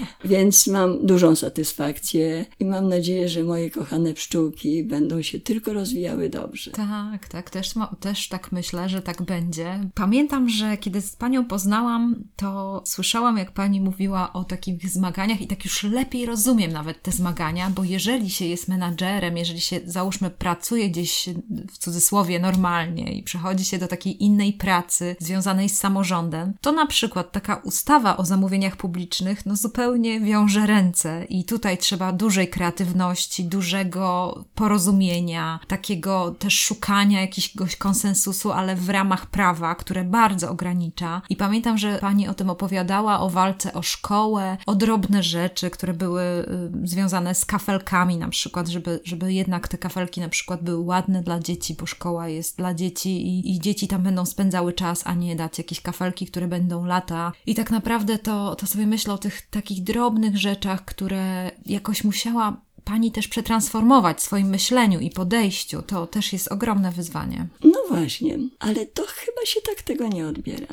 [SPEAKER 2] Więc mam dużą satysfakcję i mam nadzieję, że moje kochane pszczółki będą się tylko rozwijały dobrze.
[SPEAKER 1] Tak, też tak myślę, że tak będzie. Pamiętam, że kiedy z panią poznałam, to słyszałam, jak pani mówiła o takich zmaganiach i tak już lepiej rozumiem nawet te zmagania, bo jeżeli się jest menadżerem, jeżeli się, załóżmy, pracuje gdzieś w cudzysłowie normalnie i przechodzi się do takiej innej pracy związanej z samorządem, to na przykład taka ustawa o zamówieniach publicznych zupełnie wiąże ręce i tutaj trzeba dużej kreatywności, dużego porozumienia, takiego też szukania jakiegoś konsensusu, ale w ramach prawa, które bardzo ogranicza. I pamiętam, że pani o tym opowiadała, o walce o szkołę, o drobne rzeczy, które były związane z kafelkami na przykład, żeby jednak te kafelki na przykład były ładne dla dzieci, bo szkoła jest dla dzieci i dzieci tam będą spędzały czas, a nie dać jakieś kafelki, które będą lata. I tak naprawdę to sobie myślę o tych takich drobnych rzeczach, które jakoś musiała pani też przetransformować w swoim myśleniu i podejściu. To też jest ogromne wyzwanie.
[SPEAKER 2] Właśnie, ale to chyba się tak tego nie odbiera.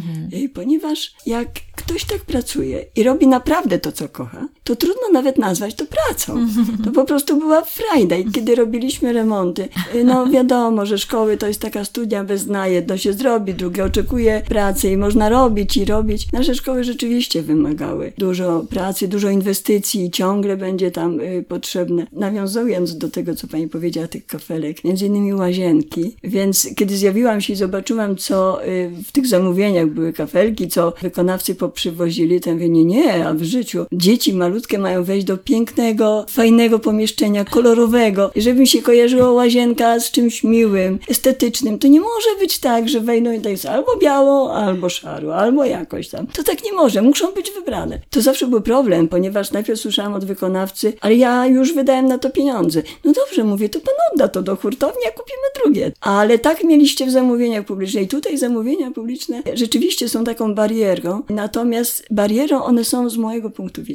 [SPEAKER 2] Ponieważ jak ktoś tak pracuje i robi naprawdę to, co kocha, to trudno nawet nazwać to pracą. To po prostu była frajda. I kiedy robiliśmy remonty, wiadomo, że szkoły to jest taka studnia bez dna. Jedno się zrobi, drugie oczekuje pracy i można robić i robić. Nasze szkoły rzeczywiście wymagały dużo pracy, dużo inwestycji i ciągle będzie tam potrzebne. Nawiązując do tego, co pani powiedziała, tych kafelek, między innymi łazienki. Więc kiedy zjawiłam się i zobaczyłam, co w tych zamówieniach były kafelki, co wykonawcy poprzywozili, to mówię, nie, a w życiu dzieci malutkie mają wejść do pięknego, fajnego pomieszczenia, kolorowego. Żeby mi się kojarzyła łazienka z czymś miłym, estetycznym, to nie może być tak, że wejdą i to jest albo biało, albo szaro, albo jakoś tam. To tak nie może, muszą być wybrane. To zawsze był problem, ponieważ najpierw słyszałam od wykonawcy, ale ja już wydałem na to pieniądze. Dobrze, mówię, to pan odda to do hurtowni, a kupimy drugie. Ale tak mieliście w zamówieniach publicznych. I tutaj zamówienia publiczne rzeczywiście są taką barierą. Natomiast barierą one są z mojego punktu widzenia.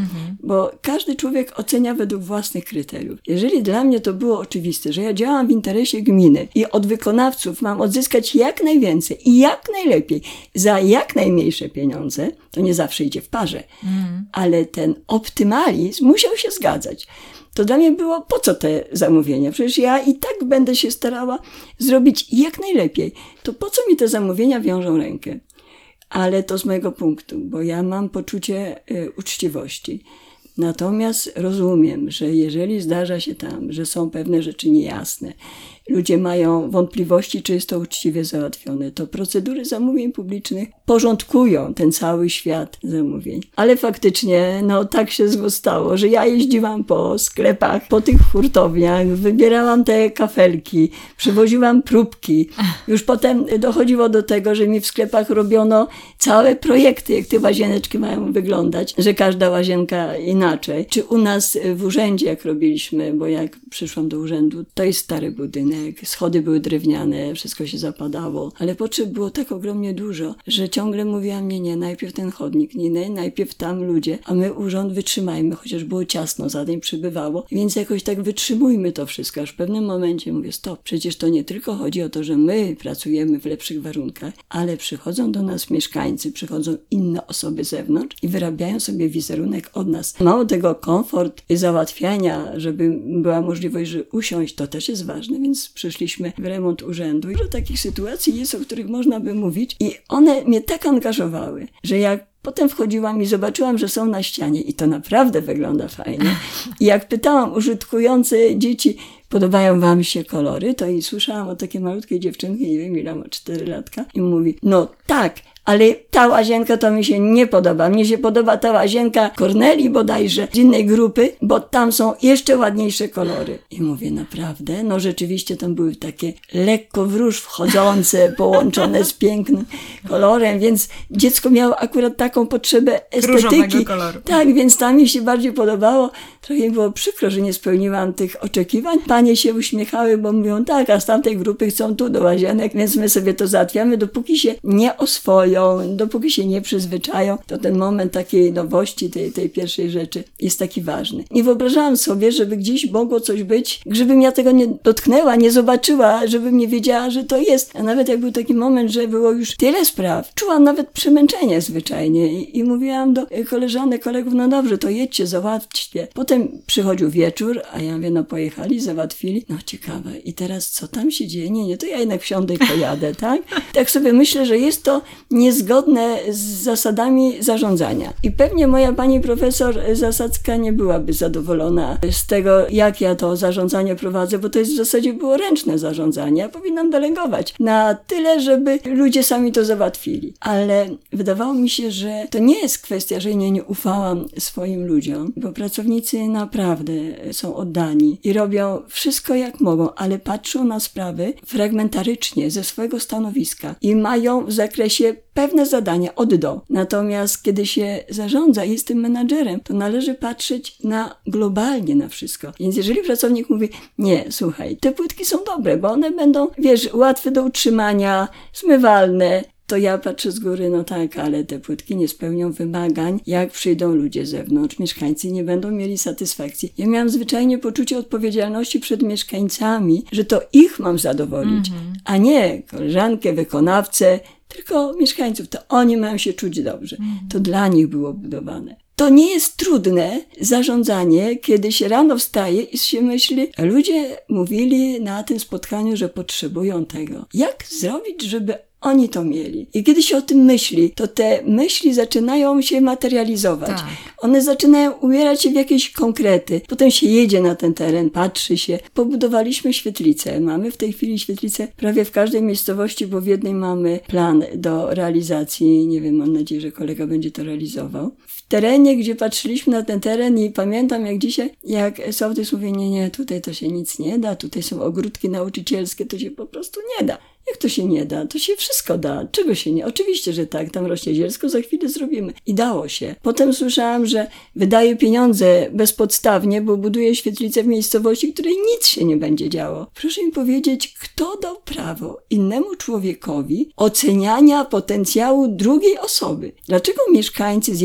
[SPEAKER 2] Bo każdy człowiek ocenia według własnych kryteriów. Jeżeli dla mnie to było oczywiste, że ja działam w interesie gminy i od wykonawców mam odzyskać jak najwięcej i jak najlepiej za jak najmniejsze pieniądze, to nie zawsze idzie w parze, ale ten optymalizm musiał się zgadzać. To dla mnie było, po co te zamówienia? Przecież ja i tak będę się starała zrobić jak najlepiej. To po co mi te zamówienia wiążą rękę? Ale to z mojego punktu, bo ja mam poczucie uczciwości. Natomiast rozumiem, że jeżeli zdarza się tam, że są pewne rzeczy niejasne, ludzie mają wątpliwości, czy jest to uczciwie załatwione, to procedury zamówień publicznych porządkują ten cały świat zamówień. Ale faktycznie, tak się stało, że ja jeździłam po sklepach, po tych hurtowniach, wybierałam te kafelki, przywoziłam próbki. Już potem dochodziło do tego, że mi w sklepach robiono całe projekty, jak te łazieneczki mają wyglądać, że każda łazienka inaczej. Czy u nas w urzędzie, jak robiliśmy, bo jak przyszłam do urzędu, to jest stary budynek, schody były drewniane, wszystko się zapadało, ale potrzeb było tak ogromnie dużo, że ciągle mówiłam, nie, najpierw ten chodnik, nie, najpierw tam ludzie, a my urząd wytrzymajmy, chociaż było ciasno, zadań przybywało, więc jakoś tak wytrzymujmy to wszystko, aż w pewnym momencie mówię, stop, przecież to nie tylko chodzi o to, że my pracujemy w lepszych warunkach, ale przychodzą do nas mieszkańcy, przychodzą inne osoby z zewnątrz i wyrabiają sobie wizerunek od nas. Mało tego, komfort załatwiania, żeby była możliwość, że usiąść, to też jest ważne, więc przyszliśmy w remont urzędu. I do takich sytuacji jest, o których można by mówić i one mnie tak angażowały, że jak potem wchodziłam i zobaczyłam, że są na ścianie i to naprawdę wygląda fajnie. I jak pytałam użytkujące dzieci, podobają wam się kolory, to i słyszałam o takiej malutkiej dziewczynki, nie wiem ile ma, 4 latka i mówi, tak, ale ta łazienka to mi się nie podoba. Mnie się podoba ta łazienka Kornelii bodajże, z innej grupy, bo tam są jeszcze ładniejsze kolory. I mówię, naprawdę? Rzeczywiście tam były takie lekko w róż wchodzące, połączone z pięknym kolorem, więc dziecko miało akurat taką potrzebę estetyki.
[SPEAKER 3] Różowego koloru.
[SPEAKER 2] Tak, więc tam mi się bardziej podobało. Trochę mi było przykro, że nie spełniłam tych oczekiwań. Panie się uśmiechały, bo mówią, tak, a z tamtej grupy chcą tu do łazienek, więc my sobie to załatwiamy, dopóki się nie oswoją, dopóki się nie przyzwyczają, to ten moment takiej nowości, tej pierwszej rzeczy jest taki ważny. I wyobrażałam sobie, żeby gdzieś mogło coś być, żebym ja tego nie dotknęła, nie zobaczyła, żebym nie wiedziała, że to jest. A nawet jak był taki moment, że było już tyle spraw, czułam nawet przemęczenie zwyczajnie i mówiłam do koleżanek, kolegów, dobrze, to jedźcie, załatwcie. Potem przychodził wieczór, a ja mówię, pojechali, załatwili. Ciekawe. I teraz co tam się dzieje? Nie, to ja jednak wsiądę i pojadę, tak? Tak sobie myślę, że jest to niezgodne z zasadami zarządzania. I pewnie moja pani profesor Zasadzka nie byłaby zadowolona z tego, jak ja to zarządzanie prowadzę, bo to jest w zasadzie było ręczne zarządzanie. Ja powinnam delegować na tyle, żeby ludzie sami to załatwili. Ale wydawało mi się, że to nie jest kwestia, że nie ufałam swoim ludziom, bo pracownicy naprawdę są oddani i robią wszystko jak mogą, ale patrzą na sprawy fragmentarycznie ze swojego stanowiska i mają w zakresie pewne zadania od do. Natomiast kiedy się zarządza i jest tym menadżerem, to należy patrzeć globalnie na wszystko. Więc jeżeli pracownik mówi, nie, słuchaj, te płytki są dobre, bo one będą, łatwe do utrzymania, zmywalne, to ja patrzę z góry, tak, ale te płytki nie spełnią wymagań, jak przyjdą ludzie z zewnątrz, mieszkańcy nie będą mieli satysfakcji. Ja miałam zwyczajnie poczucie odpowiedzialności przed mieszkańcami, że to ich mam zadowolić, a nie koleżankę, wykonawcę, tylko mieszkańców, to oni mają się czuć dobrze. To dla nich było budowane. To nie jest trudne zarządzanie, kiedy się rano wstaje i się myśli, ludzie mówili na tym spotkaniu, że potrzebują tego. Jak zrobić, żeby oni to mieli? I kiedy się o tym myśli, to te myśli zaczynają się materializować.
[SPEAKER 3] Tak.
[SPEAKER 2] One zaczynają ubierać się w jakieś konkrety. Potem się jedzie na ten teren, patrzy się. Pobudowaliśmy świetlicę. Mamy w tej chwili świetlicę prawie w każdej miejscowości, bo w jednej mamy plan do realizacji. Nie wiem, mam nadzieję, że kolega będzie to realizował. W terenie, gdzie patrzyliśmy na ten teren i pamiętam jak dzisiaj, jak sołtys mówi, nie, tutaj to się nic nie da, tutaj są ogródki nauczycielskie, to się po prostu nie da. Jak to się nie da? To się wszystko da. Czego się nie? Oczywiście, że tak. Tam rośnie zielsko, za chwilę zrobimy. I dało się. Potem słyszałam, że wydaje pieniądze bezpodstawnie, bo buduje świetlicę w miejscowości, w której nic się nie będzie działo. Proszę mi powiedzieć, kto dał prawo innemu człowiekowi oceniania potencjału drugiej osoby? Dlaczego mieszkańcy z jednej miejscowości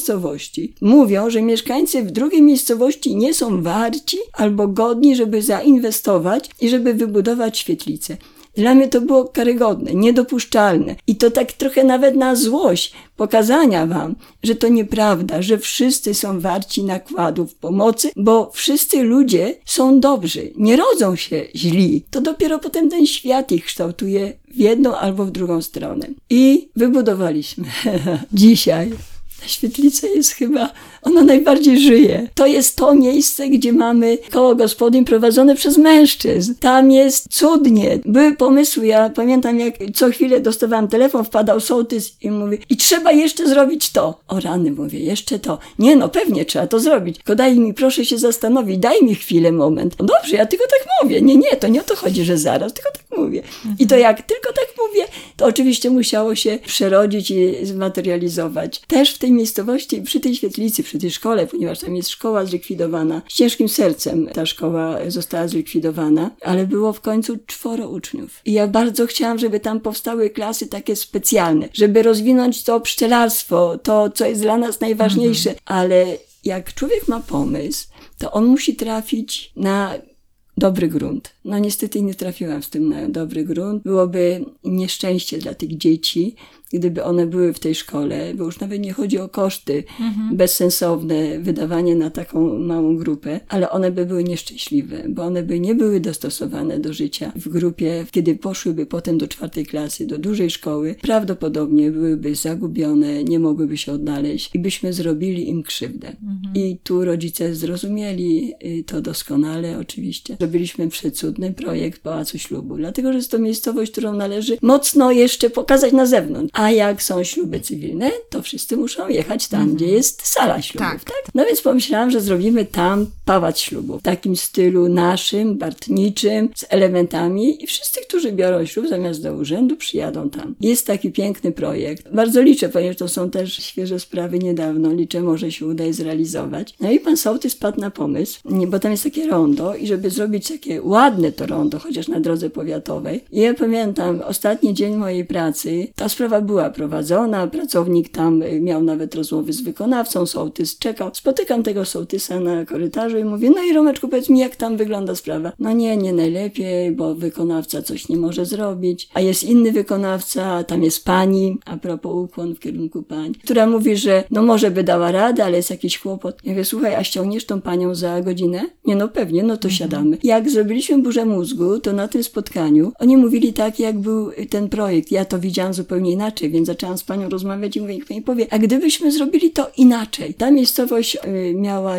[SPEAKER 2] miejscowości mówią, że mieszkańcy w drugiej miejscowości nie są warci albo godni, żeby zainwestować i żeby wybudować świetlicę. Dla mnie to było karygodne, niedopuszczalne. I to tak trochę nawet na złość pokazania wam, że to nieprawda, że wszyscy są warci nakładów pomocy, bo wszyscy ludzie są dobrzy, nie rodzą się źli. To dopiero potem ten świat ich kształtuje w jedną albo w drugą stronę. I wybudowaliśmy. Dzisiaj ta świetlica jest chyba, ona najbardziej żyje. To jest to miejsce, gdzie mamy koło gospodyń prowadzone przez mężczyzn. Tam jest cudnie. Były pomysły, ja pamiętam jak co chwilę dostawałam telefon, wpadał sołtys i mówi, i trzeba jeszcze zrobić to. O rany, mówię, jeszcze to. Nie no, pewnie trzeba to zrobić. Tylko daj mi, proszę się zastanowić, daj mi chwilę, moment. No dobrze, ja tylko tak mówię. Nie, to nie o to chodzi, że zaraz, tylko tak mówię. I to jak tylko tak mówię, to oczywiście musiało się przerodzić i zmaterializować. Też w tej miejscowości, przy tej świetlicy, przy tej szkole, ponieważ tam jest szkoła zlikwidowana. Z ciężkim sercem ta szkoła została zlikwidowana, ale było w końcu 4 uczniów. I ja bardzo chciałam, żeby tam powstały klasy takie specjalne, żeby rozwinąć to pszczelarstwo, to, co jest dla nas najważniejsze. Ale jak człowiek ma pomysł, to on musi trafić na dobry grunt. No niestety nie trafiłam z tym na dobry grunt. Byłoby nieszczęście dla tych dzieci, gdyby one były w tej szkole, bo już nawet nie chodzi o koszty bezsensowne, wydawanie na taką małą grupę, ale one by były nieszczęśliwe, bo one by nie były dostosowane do życia w grupie, kiedy poszłyby potem do 4 klasy, do dużej szkoły, prawdopodobnie byłyby zagubione, nie mogłyby się odnaleźć i byśmy zrobili im krzywdę. I tu rodzice zrozumieli to doskonale oczywiście. Robiliśmy przecudny projekt Pałacu Ślubu, dlatego, że jest to miejscowość, którą należy mocno jeszcze pokazać na zewnątrz. A jak są śluby cywilne, to wszyscy muszą jechać tam, gdzie jest sala ślubów, tak? No więc pomyślałam, że zrobimy tam pałac ślubów. W takim stylu naszym, bartniczym, z elementami i wszyscy, którzy biorą ślub zamiast do urzędu, przyjadą tam. Jest taki piękny projekt. Bardzo liczę, ponieważ to są też świeże sprawy niedawno. Liczę, może się uda je zrealizować. No i pan sołtys padł na pomysł, bo tam jest takie rondo i żeby zrobić takie ładne to rondo, chociaż na drodze powiatowej. I ja pamiętam, ostatni dzień mojej pracy, ta sprawa była prowadzona, pracownik tam miał nawet rozmowy z wykonawcą, sołtys czekał. Spotykam tego sołtysa na korytarzu i mówię, no i Romeczku, powiedz mi, jak tam wygląda sprawa. No nie najlepiej, bo wykonawca coś nie może zrobić, a jest inny wykonawca, tam jest pani, a propos ukłon w kierunku pań, która mówi, że no może by dała radę, ale jest jakiś kłopot. Ja mówię, słuchaj, a ściągniesz tą panią za godzinę? Nie, no pewnie, no to siadamy. Jak zrobiliśmy burzę mózgu, to na tym spotkaniu oni mówili tak, jak był ten projekt. Ja to widziałam zupełnie inaczej, więc zaczęłam z panią rozmawiać i mówię, niech pani powie, a gdybyśmy zrobili to inaczej? Ta miejscowość miała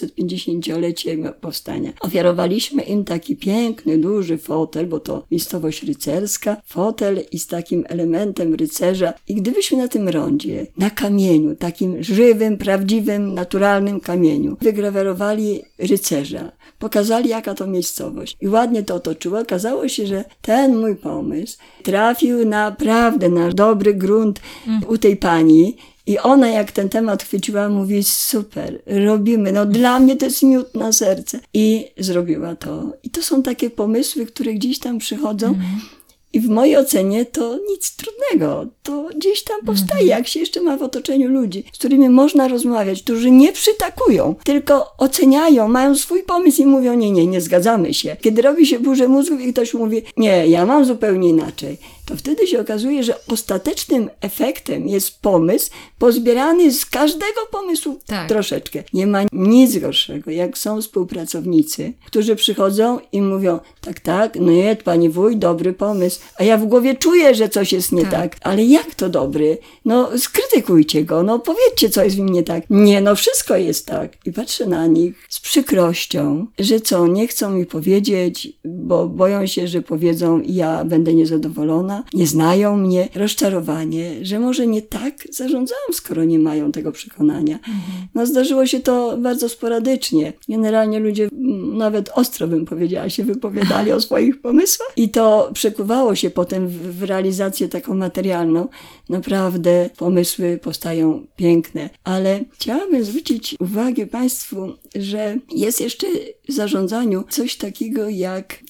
[SPEAKER 2] 750-lecie powstania. Ofiarowaliśmy im taki piękny, duży fotel, bo to miejscowość rycerska, fotel i z takim elementem rycerza. I gdybyśmy na tym rondzie, na kamieniu, takim żywym, prawdziwym, naturalnym kamieniu, wygrawerowali rycerza, pokazali, jaka to miejscowość i ładnie to otoczyło, okazało się, że ten mój pomysł trafił naprawdę na dobry grunt u tej pani i ona jak ten temat chwyciła, mówi super, robimy, no dla mnie to jest miód na serce i zrobiła to. I to są takie pomysły, które gdzieś tam przychodzą i w mojej ocenie to nic trudnego. To gdzieś tam powstaje, jak się jeszcze ma w otoczeniu ludzi, z którymi można rozmawiać, którzy nie przytakują, tylko oceniają, mają swój pomysł i mówią, nie zgadzamy się. Kiedy robi się burzę mózgów i ktoś mówi, nie, ja mam zupełnie inaczej, to wtedy się okazuje, że ostatecznym efektem jest pomysł pozbierany z każdego pomysłu troszeczkę. Nie ma nic gorszego, jak są współpracownicy, którzy przychodzą i mówią, tak, no nie, pani wuj, dobry pomysł, a ja w głowie czuję, że coś jest nie tak, ale jak to dobry? No skrytykujcie go, no powiedzcie, co jest w nim nie tak. Nie, no wszystko jest tak. I patrzę na nich z przykrością, że co, nie chcą mi powiedzieć, bo boją się, że powiedzą i ja będę niezadowolona, nie znają mnie, rozczarowanie, że może nie tak zarządzałam, skoro nie mają tego przekonania. No zdarzyło się to bardzo sporadycznie. Generalnie ludzie, nawet ostro bym powiedziała, się wypowiadali o swoich pomysłach i to przekuwało się potem w realizację taką materialną. Naprawdę pomysły powstają piękne, ale chciałabym zwrócić uwagę Państwu, że jest jeszcze w zarządzaniu coś takiego jak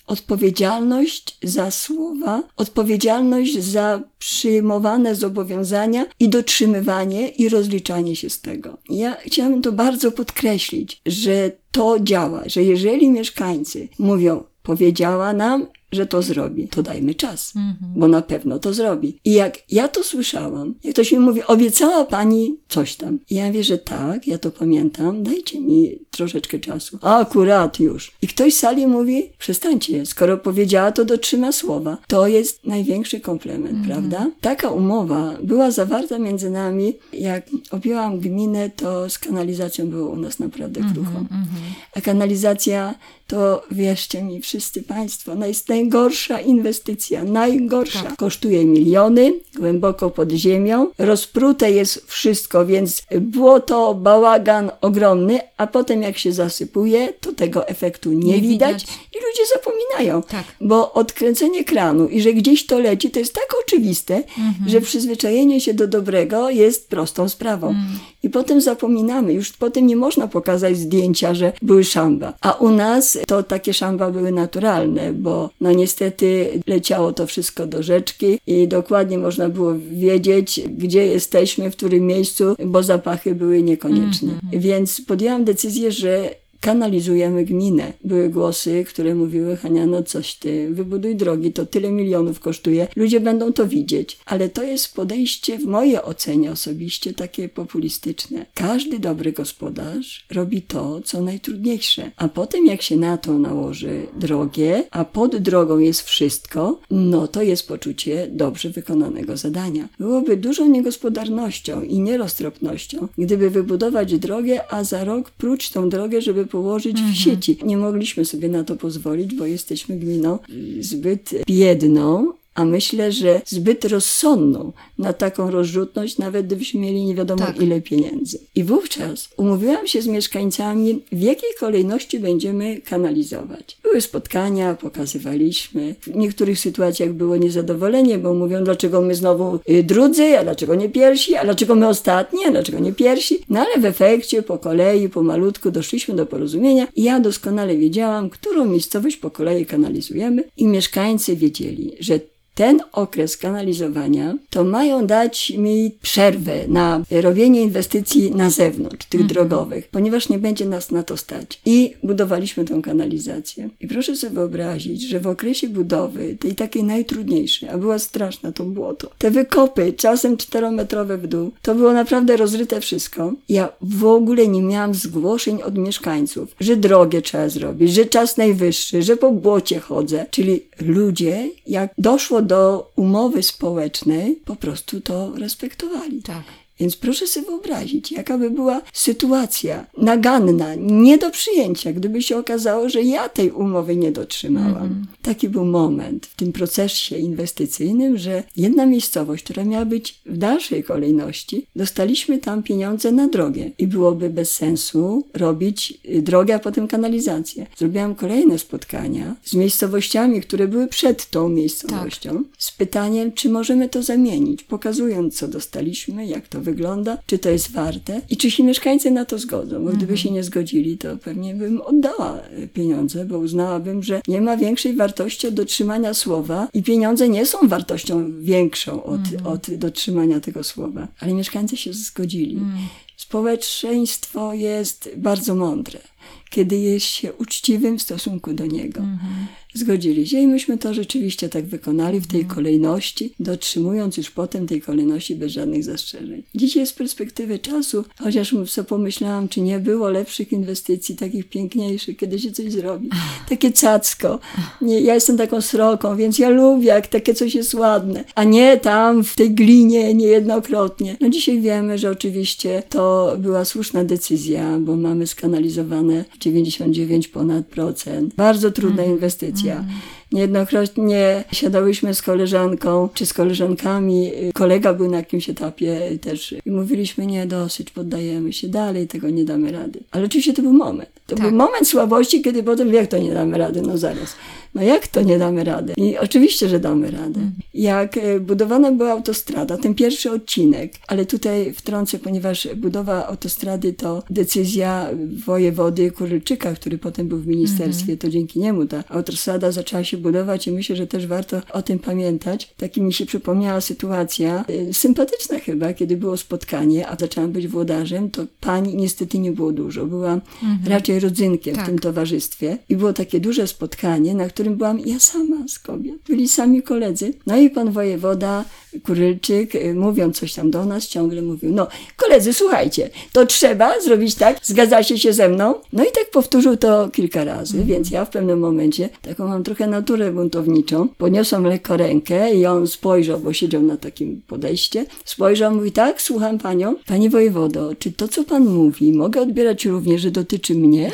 [SPEAKER 2] odpowiedzialność za słowa, odpowiedzialność za przyjmowane zobowiązania i dotrzymywanie i rozliczanie się z tego. Ja chciałabym to bardzo podkreślić, że to działa, że jeżeli mieszkańcy mówią, powiedziała nam, że to zrobi, to dajmy czas, bo na pewno to zrobi. I jak ja to słyszałam, jak ktoś mi mówi, obiecała pani coś tam. I ja mówię, że tak, ja to pamiętam, dajcie mi troszeczkę czasu. A akurat już. I ktoś z sali mówi, przestańcie, skoro powiedziała, to dotrzyma słowa. To jest największy komplement, prawda? Taka umowa była zawarta między nami. Jak objęłam gminę, to z kanalizacją było u nas naprawdę krucho. A kanalizacja to, wierzcie mi wszyscy państwo, jest najgorsza inwestycja, najgorsza. Tak. Kosztuje miliony, głęboko pod ziemią, rozprute jest wszystko, więc błoto, bałagan ogromny, a potem jak się zasypuje, to tego efektu nie widać i ludzie zapominają. Tak. Bo odkręcenie kranu i że gdzieś to leci, to jest tak oczywiste, że przyzwyczajenie się do dobrego jest prostą sprawą. I potem zapominamy, już potem nie można pokazać zdjęcia, że były szamba. A u nas to takie szamba były naturalne, bo no niestety leciało to wszystko do rzeczki i dokładnie można było wiedzieć, gdzie jesteśmy, w którym miejscu, bo zapachy były niekonieczne. Więc podjęłam decyzję, że kanalizujemy gminę. Były głosy, które mówiły, Hania, no coś ty, wybuduj drogi, to tyle milionów kosztuje, ludzie będą to widzieć. Ale to jest podejście w mojej ocenie osobiście takie populistyczne. Każdy dobry gospodarz robi to, co najtrudniejsze. A potem jak się na to nałoży drogie, a pod drogą jest wszystko, no to jest poczucie dobrze wykonanego zadania. Byłoby dużą niegospodarnością i nieroztropnością, gdyby wybudować drogę, a za rok prócz tą drogę, żeby położyć w sieci. Nie mogliśmy sobie na to pozwolić, bo jesteśmy gminą zbyt biedną, a myślę, że zbyt rozsądną na taką rozrzutność, nawet gdybyśmy mieli nie wiadomo ile pieniędzy. I wówczas umówiłam się z mieszkańcami, w jakiej kolejności będziemy kanalizować. Były spotkania, pokazywaliśmy. W niektórych sytuacjach było niezadowolenie, bo mówią, dlaczego my znowu drudzy, a dlaczego nie pierwsi, a dlaczego my ostatni, a dlaczego nie pierwsi. No ale w efekcie po kolei, pomalutku doszliśmy do porozumienia i ja doskonale wiedziałam, którą miejscowość po kolei kanalizujemy i mieszkańcy wiedzieli, że ten okres kanalizowania to mają dać mi przerwę na robienie inwestycji na zewnątrz, tych drogowych, ponieważ nie będzie nas na to stać. I budowaliśmy tą kanalizację. I proszę sobie wyobrazić, że w okresie budowy, tej takiej najtrudniejszej, a była straszna to błoto, te wykopy, czasem 4-metrowe w dół, to było naprawdę rozryte wszystko. Ja w ogóle nie miałam zgłoszeń od mieszkańców, że drogę trzeba zrobić, że czas najwyższy, że po błocie chodzę. Czyli ludzie, jak doszło do umowy społecznej, po prostu to respektowali. Tak. Więc proszę sobie wyobrazić, jaka by była sytuacja naganna, nie do przyjęcia, gdyby się okazało, że ja tej umowy nie dotrzymałam. Taki był moment w tym procesie inwestycyjnym, że jedna miejscowość, która miała być w dalszej kolejności, dostaliśmy tam pieniądze na drogę i byłoby bez sensu robić drogę, a potem kanalizację. Zrobiłam kolejne spotkania z miejscowościami, które były przed tą miejscowością, z pytaniem, czy możemy to zamienić, pokazując, co dostaliśmy, jak to wygląda, czy to jest warte i czy się mieszkańcy na to zgodzą, bo gdyby się nie zgodzili, to pewnie bym oddała pieniądze, bo uznałabym, że nie ma większej wartości od dotrzymania słowa i pieniądze nie są wartością większą od dotrzymania tego słowa. Ale mieszkańcy się zgodzili. Społeczeństwo jest bardzo mądre, kiedy jest się uczciwym w stosunku do niego. Zgodzili się i myśmy to rzeczywiście tak wykonali w tej kolejności, dotrzymując już potem tej kolejności bez żadnych zastrzeżeń. Dzisiaj z perspektywy czasu, chociaż sobie pomyślałam, czy nie było lepszych inwestycji, takich piękniejszych, kiedy się coś zrobi. Takie cacko. Nie, ja jestem taką sroką, więc ja lubię, jak takie coś jest ładne, a nie tam w tej glinie niejednokrotnie. No dzisiaj wiemy, że oczywiście to była słuszna decyzja, bo mamy skanalizowane 99%. Bardzo trudna inwestycja. Niejednokrotnie siadałyśmy z koleżanką czy z koleżankami. Kolega był na jakimś etapie też i mówiliśmy, nie, dosyć, poddajemy się dalej, tego nie damy rady. Ale oczywiście to był moment. To był moment słabości, kiedy potem, jak to nie damy rady? No zaraz. No jak to nie damy rady? I oczywiście, że damy radę. Jak budowana była autostrada, ten pierwszy odcinek, ale tutaj wtrącę, ponieważ budowa autostrady to decyzja wojewody Kurylczyka, który potem był w ministerstwie, to dzięki niemu ta autostrada zaczęła się budować i myślę, że też warto o tym pamiętać. Taki mi się przypomniała sytuacja, sympatyczna chyba, kiedy było spotkanie, a zaczęłam być włodarzem, to pań niestety nie było dużo. Byłam raczej rodzynkiem w tym towarzystwie i było takie duże spotkanie, na którym byłam ja sama z kobiet. Byli sami koledzy. No i pan wojewoda Kurylczyk, mówiąc coś tam do nas, ciągle mówił, no koledzy, słuchajcie, to trzeba zrobić tak, zgadzacie się ze mną? No i tak powtórzył to kilka razy, więc ja w pewnym momencie, taką mam trochę naturę buntowniczą, podniosłam lekko rękę i on spojrzał, bo siedział na takim podejście, spojrzał, mówi, tak, słucham panią. Pani wojewodo, czy to, co pan mówi, mogę odbierać również, że dotyczy mnie?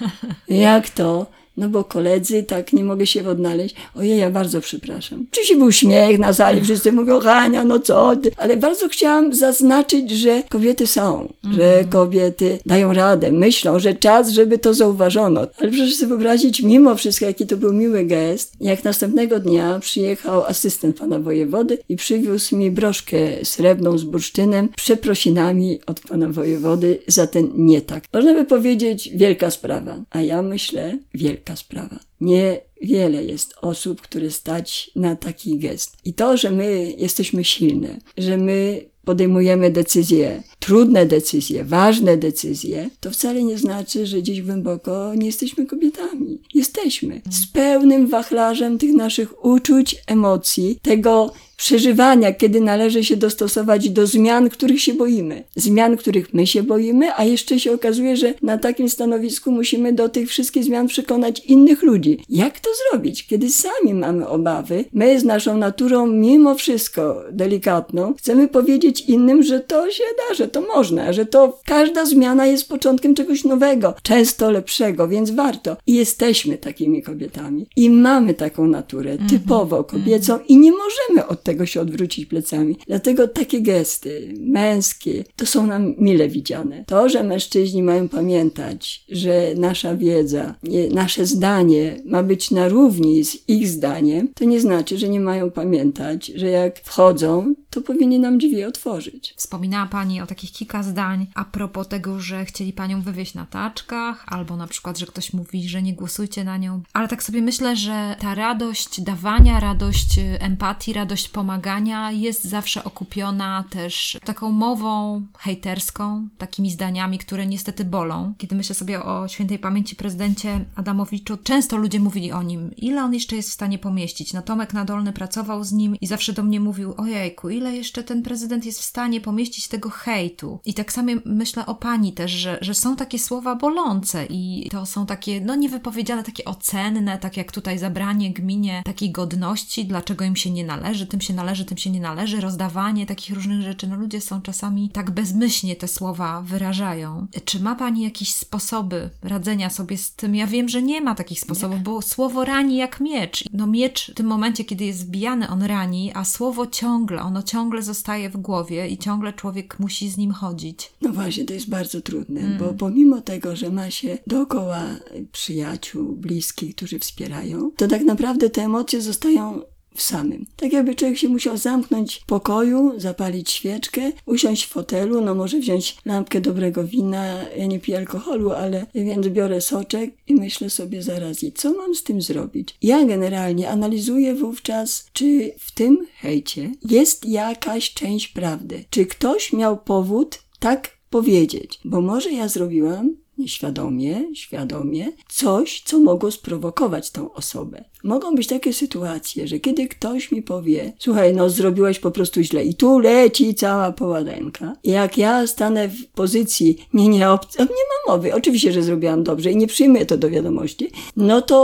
[SPEAKER 2] Jak to? No bo koledzy, tak nie mogę się odnaleźć. Ojej, ja bardzo przepraszam. Oczywiście był śmiech na sali, wszyscy mówią, Hania, no co ty? Ale bardzo chciałam zaznaczyć, że kobiety są, że kobiety dają radę, myślą, że czas, żeby to zauważono. Ale proszę sobie wyobrazić, mimo wszystko, jaki to był miły gest, jak następnego dnia przyjechał asystent pana wojewody i przywiózł mi broszkę srebrną z bursztynem, przeprosinami od pana wojewody za ten nietak. Można by powiedzieć, wielka sprawa. A ja myślę, wielka sprawa. Niewiele jest osób, które stać na taki gest. I to, że my jesteśmy silne, że my podejmujemy decyzje, trudne decyzje, ważne decyzje, to wcale nie znaczy, że gdzieś głęboko nie jesteśmy kobietami. Jesteśmy. Z pełnym wachlarzem tych naszych uczuć, emocji, tego przeżywania, kiedy należy się dostosować do zmian, których się boimy. Zmian, których my się boimy, a jeszcze się okazuje, że na takim stanowisku musimy do tych wszystkich zmian przekonać innych ludzi. Jak to zrobić, kiedy sami mamy obawy? My z naszą naturą, mimo wszystko delikatną, chcemy powiedzieć innym, że to się da, że to można, że to każda zmiana jest początkiem czegoś nowego, często lepszego, więc warto. I jesteśmy takimi kobietami. I mamy taką naturę typowo kobiecą i nie możemy od tego się odwrócić plecami. Dlatego takie gesty męskie to są nam mile widziane. To, że mężczyźni mają pamiętać, że nasza wiedza, nasze zdanie ma być na równi z ich zdaniem, to nie znaczy, że nie mają pamiętać, że jak wchodzą, to powinni nam drzwi otworzyć.
[SPEAKER 1] Wspominała Pani o takich kilka zdań a propos tego, że chcieli Panią wywieźć na taczkach, albo na przykład, że ktoś mówi, że nie głosujcie na nią. Ale tak sobie myślę, że ta radość dawania, radość empatii, radość pomagania jest zawsze okupiona też taką mową hejterską, takimi zdaniami, które niestety bolą. Kiedy myślę sobie o świętej pamięci prezydencie Adamowiczu, często ludzie mówili o nim, ile on jeszcze jest w stanie pomieścić. No Tomek Nadolny pracował z nim i zawsze do mnie mówił, ojejku, ile jeszcze ten prezydent jest w stanie pomieścić tego hejtu. I tak samo myślę o Pani też, że są takie słowa bolące i to są takie, no niewypowiedziane, takie ocenne, tak jak tutaj zabranie gminie takiej godności, dlaczego im się nie należy, tym się nie należy, rozdawanie takich różnych rzeczy. No ludzie są czasami tak bezmyślnie te słowa wyrażają. Czy ma Pani jakieś sposoby radzenia sobie z tym? Ja wiem, że nie ma takich sposobów, bo słowo rani jak miecz. No miecz w tym momencie, kiedy jest wbijany, on rani, a słowo ono ciągle zostaje w głowie i ciągle człowiek musi z nim chodzić.
[SPEAKER 2] No właśnie, to jest bardzo trudne, bo pomimo tego, że ma się dookoła przyjaciół, bliskich, którzy wspierają, to tak naprawdę te emocje zostają w samym. Tak jakby człowiek się musiał zamknąć w pokoju, zapalić świeczkę, usiąść w fotelu, no może wziąć lampkę dobrego wina, ja nie piję alkoholu, ale więc biorę soczek i myślę sobie zaraz, i co mam z tym zrobić? Ja generalnie analizuję wówczas, czy w tym hejcie jest jakaś część prawdy. Czy ktoś miał powód tak powiedzieć? Bo może ja zrobiłam świadomie coś, co mogło sprowokować tą osobę. Mogą być takie sytuacje, że kiedy ktoś mi powie, słuchaj, no zrobiłeś po prostu źle i tu leci cała poładenka. I jak ja stanę w pozycji, nie ma mowy, oczywiście, że zrobiłam dobrze i nie przyjmuję to do wiadomości, no to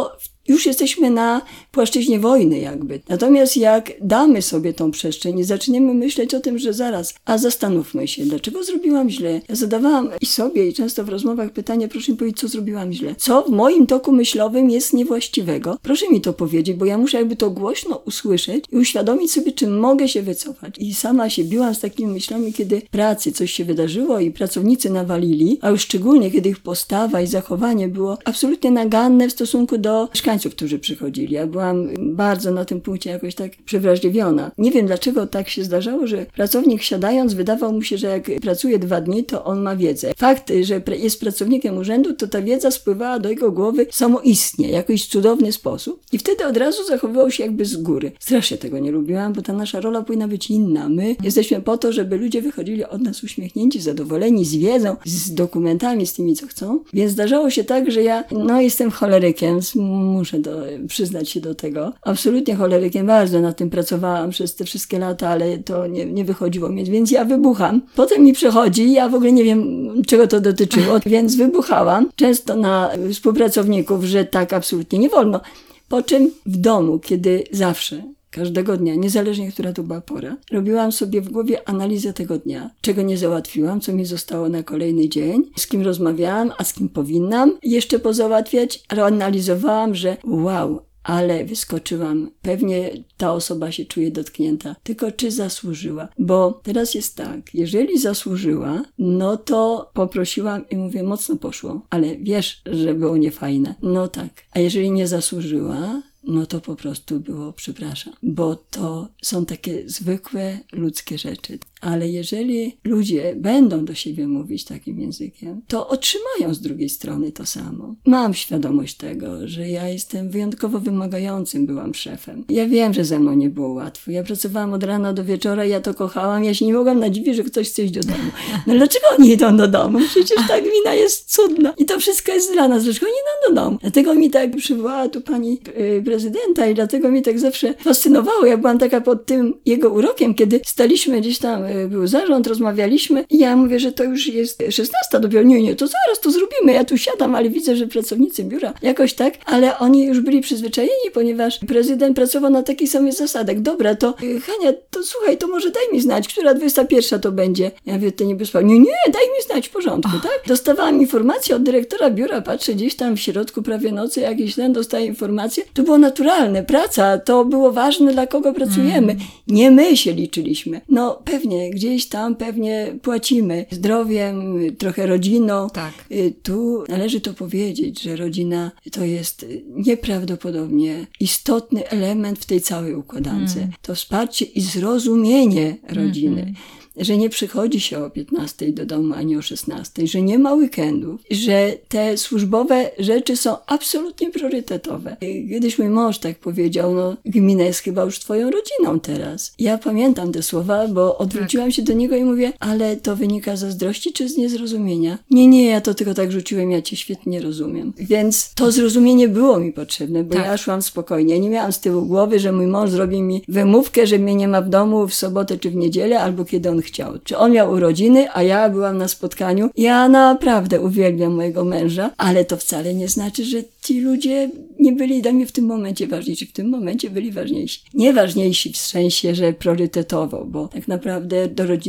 [SPEAKER 2] już jesteśmy na płaszczyźnie wojny jakby. Natomiast jak damy sobie tą przestrzeń i zaczniemy myśleć o tym, że zaraz, a zastanówmy się, dlaczego zrobiłam źle. Ja zadawałam i sobie i często w rozmowach pytanie, proszę mi powiedzieć, co zrobiłam źle. Co w moim toku myślowym jest niewłaściwego? Proszę mi to powiedzieć, bo ja muszę jakby to głośno usłyszeć i uświadomić sobie, czym mogę się wycofać. I sama się biłam z takimi myślami, kiedy w pracy coś się wydarzyło i pracownicy nawalili, a już szczególnie, kiedy ich postawa i zachowanie było absolutnie naganne w stosunku do mieszkańców, którzy przychodzili. Ja byłam bardzo na tym punkcie jakoś tak przewrażliwiona. Nie wiem, dlaczego tak się zdarzało, że pracownik siadając wydawał mu się, że jak pracuje 2 dni, to on ma wiedzę. Fakt, że jest pracownikiem urzędu, to ta wiedza spływała do jego głowy samoistnie, w jakiś cudowny sposób. I wtedy od razu zachowywał się jakby z góry. Strasznie tego nie lubiłam, bo ta nasza rola powinna być inna. My jesteśmy po to, żeby ludzie wychodzili od nas uśmiechnięci, zadowoleni, z wiedzą, z dokumentami, z tymi, co chcą. Więc zdarzało się tak, że ja, jestem cholerykiem, muszę przyznać się do tego. Absolutnie cholerykiem, bardzo nad tym pracowałam przez te wszystkie lata, ale to nie wychodziło mi, więc ja wybucham. Potem mi przechodzi, ja w ogóle nie wiem, czego to dotyczyło, więc wybuchałam często na współpracowników, że tak absolutnie nie wolno. Po czym w domu, kiedy zawsze, każdego dnia, niezależnie która to była pora, robiłam sobie w głowie analizę tego dnia, czego nie załatwiłam, co mi zostało na kolejny dzień, z kim rozmawiałam, a z kim powinnam jeszcze pozałatwiać. Analizowałam, że wow, ale wyskoczyłam. Pewnie ta osoba się czuje dotknięta. Tylko czy zasłużyła? Bo teraz jest tak, jeżeli zasłużyła, no to poprosiłam i mówię, mocno poszło, ale wiesz, że było niefajne. No tak. A jeżeli nie zasłużyła, no to po prostu było przepraszam, bo to są takie zwykłe ludzkie rzeczy. Ale jeżeli ludzie będą do siebie mówić takim językiem, to otrzymają z drugiej strony to samo. Mam świadomość tego, że ja jestem wyjątkowo wymagającym byłam szefem. Ja wiem, że ze mną nie było łatwo. Ja pracowałam od rana do wieczora, ja to kochałam, ja się nie mogłam nadziwić, że ktoś chce iść do domu. No dlaczego oni idą do domu? Przecież ta gmina jest cudna. I to wszystko jest dla nas. Dlaczego oni idą do domu? Dlatego mi tak przywołała tu pani prezydenta i dlatego mi tak zawsze fascynowało. Ja byłam taka pod tym jego urokiem, kiedy staliśmy gdzieś tam, był zarząd, rozmawialiśmy i ja mówię, że to już jest 16 dopiero. Nie, to zaraz to zrobimy. Ja tu siadam, ale widzę, że pracownicy biura jakoś tak, ale oni już byli przyzwyczajeni, ponieważ prezydent pracował na takich samych zasadach. Dobra, to Hania, to słuchaj, to może daj mi znać, która 21 to będzie. Ja mówię, to nie daj mi znać, w porządku, tak? Dostawałam informację od dyrektora biura, patrzę gdzieś tam w środku prawie nocy, jakiś ten dostaje informację. To było naturalne, praca, to było ważne, dla kogo pracujemy. Nie my się liczyliśmy. No pewnie, gdzieś tam pewnie płacimy zdrowiem, trochę rodziną.
[SPEAKER 1] Tak.
[SPEAKER 2] Tu należy to powiedzieć, że rodzina to jest nieprawdopodobnie istotny element w tej całej układance. To wsparcie i zrozumienie rodziny. Że nie przychodzi się o 15 do domu, ani o 16, że nie ma weekendów, że te służbowe rzeczy są absolutnie priorytetowe. Kiedyś mój mąż tak powiedział, gmina jest chyba już twoją rodziną teraz. Ja pamiętam te słowa, bo odwróciłam się do niego i mówię, ale to wynika z zazdrości czy z niezrozumienia? Nie, ja to tylko tak rzuciłem, ja cię świetnie rozumiem. Więc to zrozumienie było mi potrzebne, bo ja szłam spokojnie. Ja nie miałam z tyłu głowy, że mój mąż zrobi mi wymówkę, że mnie nie ma w domu w sobotę czy w niedzielę, albo kiedy on chciał. Czy on miał urodziny, a ja byłam na spotkaniu. Ja naprawdę uwielbiam mojego męża, ale to wcale nie znaczy, że ci ludzie nie byli dla mnie w tym momencie ważniejsi. W tym momencie byli ważniejsi. Nie ważniejsi w sensie, że priorytetowo, bo tak naprawdę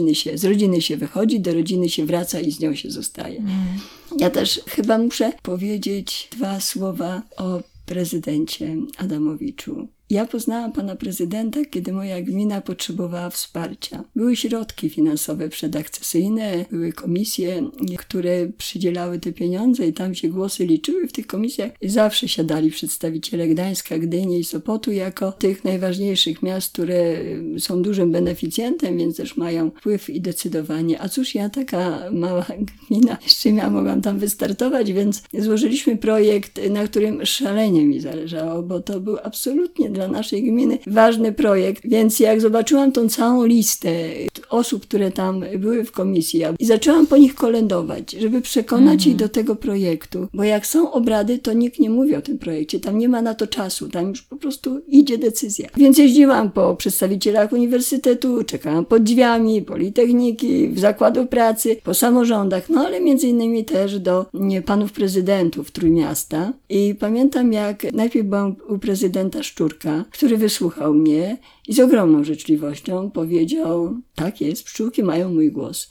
[SPEAKER 2] z rodziny się wychodzi, do rodziny się wraca i z nią się zostaje. Ja też chyba muszę powiedzieć 2 słowa o prezydencie Adamowiczu. Ja poznałam pana prezydenta, kiedy moja gmina potrzebowała wsparcia. Były środki finansowe przedakcesyjne, były komisje, które przydzielały te pieniądze i tam się głosy liczyły w tych komisjach. I zawsze siadali przedstawiciele Gdańska, Gdyni i Sopotu jako tych najważniejszych miast, które są dużym beneficjentem, więc też mają wpływ i decydowanie. A cóż, ja taka mała gmina, z czym ja mogłam tam wystartować, więc złożyliśmy projekt, na którym szalenie mi zależało, bo to był absolutnie dla dla naszej gminy ważny projekt. Więc jak zobaczyłam tą całą listę osób, które tam były w komisji i zaczęłam po nich kolędować, żeby przekonać ich do tego projektu, bo jak są obrady, to nikt nie mówi o tym projekcie, tam nie ma na to czasu, tam już po prostu idzie decyzja. Więc jeździłam po przedstawicielach uniwersytetu, czekałam pod drzwiami, politechniki, w zakładu pracy, po samorządach, no ale między innymi też do panów prezydentów Trójmiasta. I pamiętam, jak najpierw byłam u prezydenta Szczurka, który wysłuchał mnie i z ogromną życzliwością powiedział: tak jest, pszczółki mają mój głos.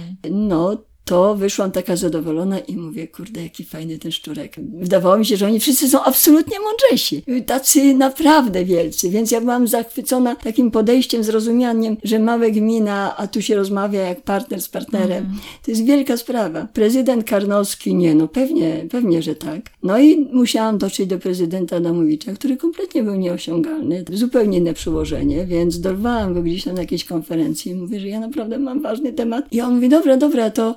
[SPEAKER 2] No, to wyszłam taka zadowolona i mówię, kurde, jaki fajny ten Szczurek. Wydawało mi się, że oni wszyscy są absolutnie mądrzejsi. Tacy naprawdę wielcy. Więc ja byłam zachwycona takim podejściem, zrozumianiem, że mała gmina, a tu się rozmawia jak partner z partnerem. To jest wielka sprawa. Prezydent Karnowski, nie, no pewnie, że tak. No i musiałam dotrzeć do prezydenta Adamowicza, który kompletnie był nieosiągalny. Zupełnie inne przełożenie, więc dorwałam go gdzieś tam na jakiejś konferencji i mówię, że ja naprawdę mam ważny temat. I on mówi, dobra, to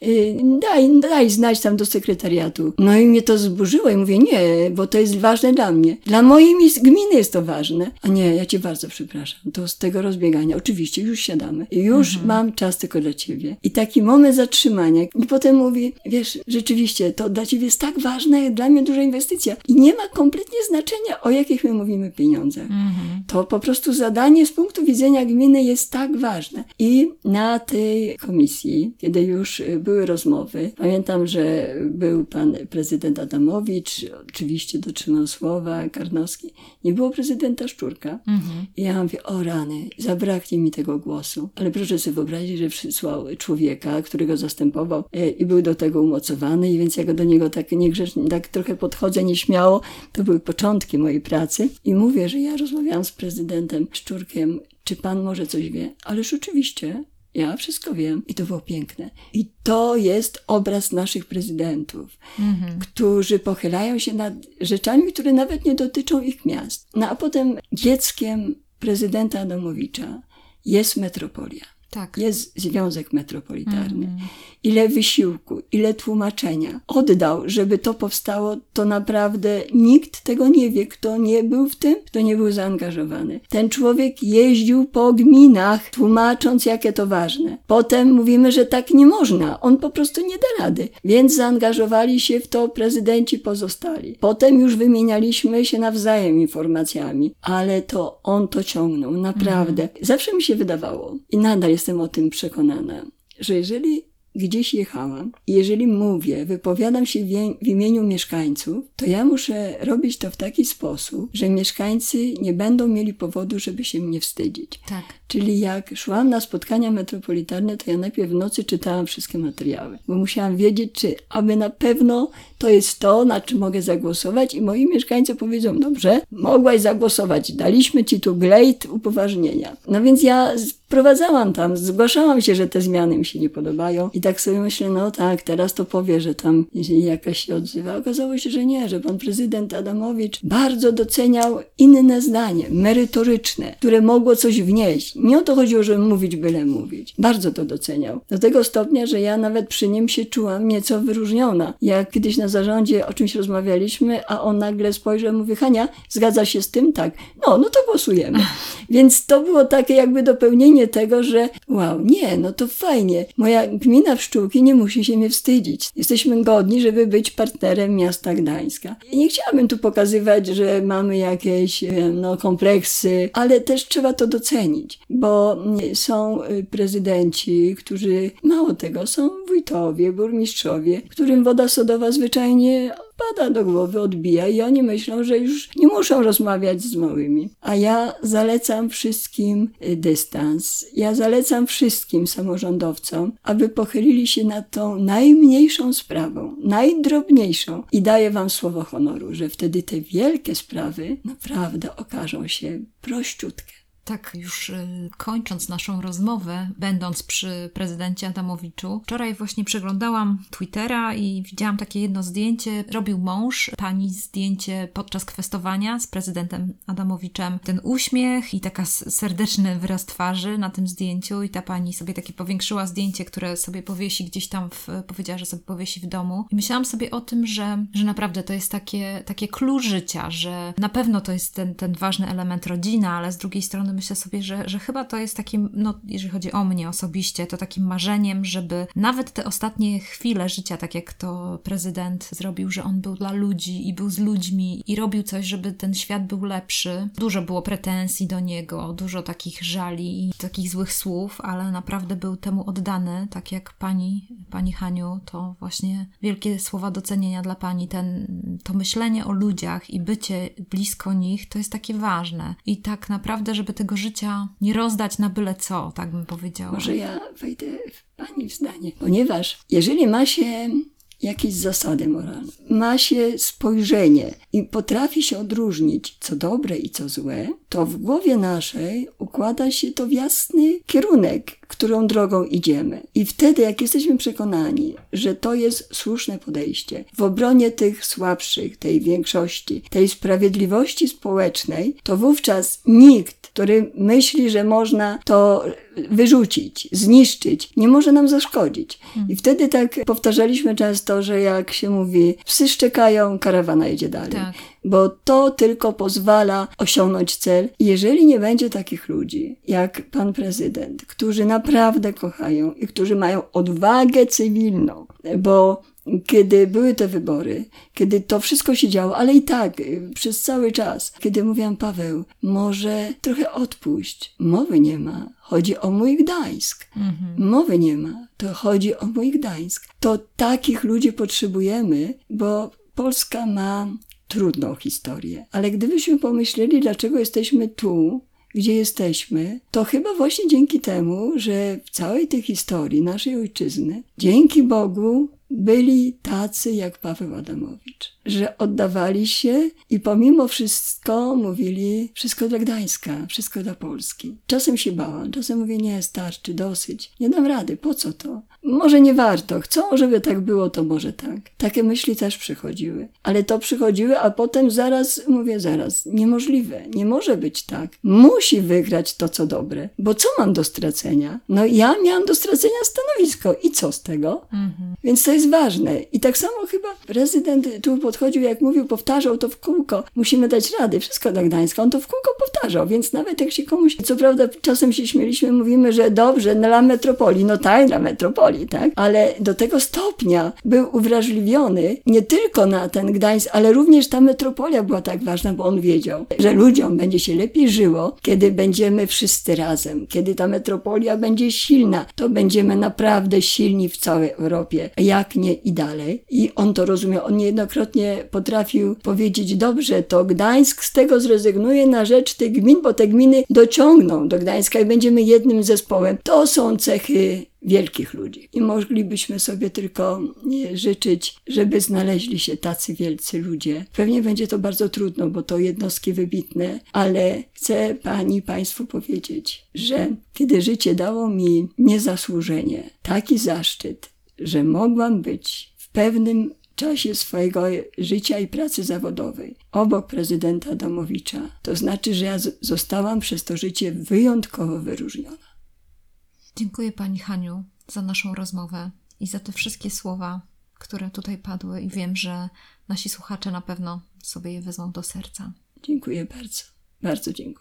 [SPEAKER 2] daj znać tam do sekretariatu. No i mnie to zburzyło i mówię, nie, bo to jest ważne dla mnie. Dla mojej gminy jest to ważne. A nie, ja cię bardzo przepraszam. To z tego rozbiegania. Oczywiście, już siadamy. Już mam czas tylko dla ciebie. I taki moment zatrzymania. I potem mówi, wiesz, rzeczywiście, to dla ciebie jest tak ważne, jak dla mnie duża inwestycja. I nie ma kompletnie znaczenia, o jakich my mówimy pieniądzach. To po prostu zadanie z punktu widzenia gminy jest tak ważne. I na tej komisji, kiedy już były rozmowy, pamiętam, że był pan prezydent Adamowicz, oczywiście dotrzymał słowa, Karnowski. Nie było prezydenta Szczurka. I ja mówię, o rany, zabraknie mi tego głosu. Ale proszę sobie wyobrazić, że przysłał człowieka, który go zastępował i był do tego umocowany, i więc ja go do niego tak niegrzecznie, tak trochę podchodzę nieśmiało. To były początki mojej pracy. I mówię, że ja rozmawiałam z prezydentem Szczurkiem, czy pan może coś wie? Ależ oczywiście. Ja wszystko wiem. I to było piękne. I to jest obraz naszych prezydentów, którzy pochylają się nad rzeczami, które nawet nie dotyczą ich miast. No a potem dzieckiem prezydenta Adamowicza jest metropolia.
[SPEAKER 1] Tak.
[SPEAKER 2] Jest Związek Metropolitarny. Ile wysiłku, ile tłumaczenia oddał, żeby to powstało, to naprawdę nikt tego nie wie, kto nie był w tym, kto nie był zaangażowany. Ten człowiek jeździł po gminach, tłumacząc, jakie to ważne. Potem mówimy, że tak nie można. On po prostu nie da rady. Więc zaangażowali się w to prezydenci pozostali. Potem już wymienialiśmy się nawzajem informacjami, ale to on to ciągnął, naprawdę. Zawsze mi się wydawało i nadal jestem o tym przekonana, że jeżeli gdzieś jechałam i jeżeli mówię, wypowiadam się w imieniu mieszkańców, to ja muszę robić to w taki sposób, że mieszkańcy nie będą mieli powodu, żeby się mnie wstydzić.
[SPEAKER 1] Tak.
[SPEAKER 2] Czyli jak szłam na spotkania metropolitarne, to ja najpierw w nocy czytałam wszystkie materiały, bo musiałam wiedzieć, czy aby na pewno to jest to, na czym mogę zagłosować, i moi mieszkańcy powiedzą, dobrze, mogłaś zagłosować, daliśmy ci tu glejt upoważnienia. No więc ja wprowadzałam tam, zgłaszałam się, że te zmiany mi się nie podobają i tak sobie myślę, no tak, teraz to powie, że tam jakaś się odzywa. Okazało się, że nie, że pan prezydent Adamowicz bardzo doceniał inne zdanie, merytoryczne, które mogło coś wnieść. Nie o to chodziło, żeby mówić byle mówić. Bardzo to doceniał. Do tego stopnia, że ja nawet przy nim się czułam nieco wyróżniona. Jak kiedyś na zarządzie o czymś rozmawialiśmy, a on nagle spojrzał i mówi, Hania, zgadza się z tym? Tak. No to głosujemy. Więc to było takie jakby dopełnienie tego, że wow, nie, no to fajnie. Moja gmina Pszczółki nie musi się mnie wstydzić. Jesteśmy godni, żeby być partnerem miasta Gdańska. I nie chciałabym tu pokazywać, że mamy jakieś kompleksy, ale też trzeba to docenić, bo są prezydenci, którzy mało tego, są wójtowie, burmistrzowie, którym woda sodowa zwyczajnie pada do głowy, odbija i oni myślą, że już nie muszą rozmawiać z małymi. A ja zalecam wszystkim dystans. Ja zalecam wszystkim samorządowcom, aby pochylili się nad tą najmniejszą sprawą, najdrobniejszą. I daję wam słowo honoru, że wtedy te wielkie sprawy naprawdę okażą się prościutkie.
[SPEAKER 1] Tak, już kończąc naszą rozmowę, będąc przy prezydencie Adamowiczu, wczoraj właśnie przeglądałam Twittera i widziałam takie jedno zdjęcie. Robił mąż pani zdjęcie podczas kwestowania z prezydentem Adamowiczem. Ten uśmiech i taka serdeczny wyraz twarzy na tym zdjęciu i ta pani sobie takie powiększyła zdjęcie, które sobie powiesi gdzieś tam, powiedziała, że sobie powiesi w domu. I myślałam sobie o tym, że naprawdę to jest takie clue życia, że na pewno to jest ten ważny element rodzina, ale z drugiej strony myślę sobie, że chyba to jest takim, jeżeli chodzi o mnie osobiście, to takim marzeniem, żeby nawet te ostatnie chwile życia, tak jak to prezydent zrobił, że on był dla ludzi i był z ludźmi i robił coś, żeby ten świat był lepszy. Dużo było pretensji do niego, dużo takich żali i takich złych słów, ale naprawdę był temu oddany, tak jak pani Haniu, to właśnie wielkie słowa docenienia dla pani. To myślenie o ludziach i bycie blisko nich, to jest takie ważne. I tak naprawdę, żeby tego życia nie rozdać na byle co, tak bym powiedziała.
[SPEAKER 2] Może ja wejdę w pani zdanie. Ponieważ jeżeli ma się jakieś zasady moralne, ma się spojrzenie i potrafi się odróżnić, co dobre i co złe, to w głowie naszej układa się to w jasny kierunek, którą drogą idziemy. I wtedy, jak jesteśmy przekonani, że to jest słuszne podejście w obronie tych słabszych, tej większości, tej sprawiedliwości społecznej, to wówczas nikt, który myśli, że można to wyrzucić, zniszczyć, nie może nam zaszkodzić. I wtedy tak powtarzaliśmy często, że jak się mówi, psy szczekają, karawana jedzie dalej.
[SPEAKER 1] Tak.
[SPEAKER 2] Bo to tylko pozwala osiągnąć cel. I jeżeli nie będzie takich ludzi, jak pan prezydent, którzy naprawdę kochają i którzy mają odwagę cywilną, bo kiedy były te wybory, kiedy to wszystko się działo, ale i tak przez cały czas, kiedy mówiłam, Paweł, może trochę odpuść. Mowy nie ma. Chodzi o mój Gdańsk. Mowy nie ma. To chodzi o mój Gdańsk. To takich ludzi potrzebujemy, bo Polska ma trudną historię. Ale gdybyśmy pomyśleli, dlaczego jesteśmy tu, gdzie jesteśmy, to chyba właśnie dzięki temu, że w całej tej historii naszej ojczyzny, dzięki Bogu, byli tacy jak Paweł Adamowicz, że oddawali się i pomimo wszystko mówili wszystko dla Gdańska, wszystko dla Polski. Czasem się bałam, czasem mówię nie, starczy, dosyć, nie dam rady, po co to? Może nie warto, chcą, żeby tak było, to może tak. Takie myśli też przychodziły, ale to przychodziły, a potem zaraz, niemożliwe, nie może być tak. Musi wygrać to, co dobre, bo co mam do stracenia? No ja miałam do stracenia stanowisko i co z tego? Więc to jest ważne. I tak samo chyba prezydent tu podchodził, jak mówił, powtarzał to w kółko. Musimy dać rady, wszystko dla Gdańska. On to w kółko powtarzał, więc nawet jak się komuś, co prawda czasem się śmieliśmy, mówimy, że dobrze, dla metropolii. No tak, dla metropolii, tak? Ale do tego stopnia był uwrażliwiony nie tylko na ten Gdańsk, ale również ta metropolia była tak ważna, bo on wiedział, że ludziom będzie się lepiej żyło, kiedy będziemy wszyscy razem. Kiedy ta metropolia będzie silna, to będziemy naprawdę silni w całej Europie. Jak nie i dalej. I on to rozumiał. On niejednokrotnie potrafił powiedzieć, dobrze, to Gdańsk z tego zrezygnuje na rzecz tych gmin, bo te gminy dociągną do Gdańska i będziemy jednym zespołem. To są cechy wielkich ludzi. I moglibyśmy sobie tylko życzyć, żeby znaleźli się tacy wielcy ludzie. Pewnie będzie to bardzo trudno, bo to jednostki wybitne, ale chcę Państwu powiedzieć, że kiedy życie dało mi niezasłużenie taki zaszczyt, że mogłam być w pewnym czasie swojego życia i pracy zawodowej obok prezydenta Adamowicza, to znaczy, że ja zostałam przez to życie wyjątkowo wyróżniona.
[SPEAKER 1] Dziękuję pani Haniu za naszą rozmowę i za te wszystkie słowa, które tutaj padły i wiem, że nasi słuchacze na pewno sobie je wezmą do serca.
[SPEAKER 2] Dziękuję bardzo. Bardzo dziękuję.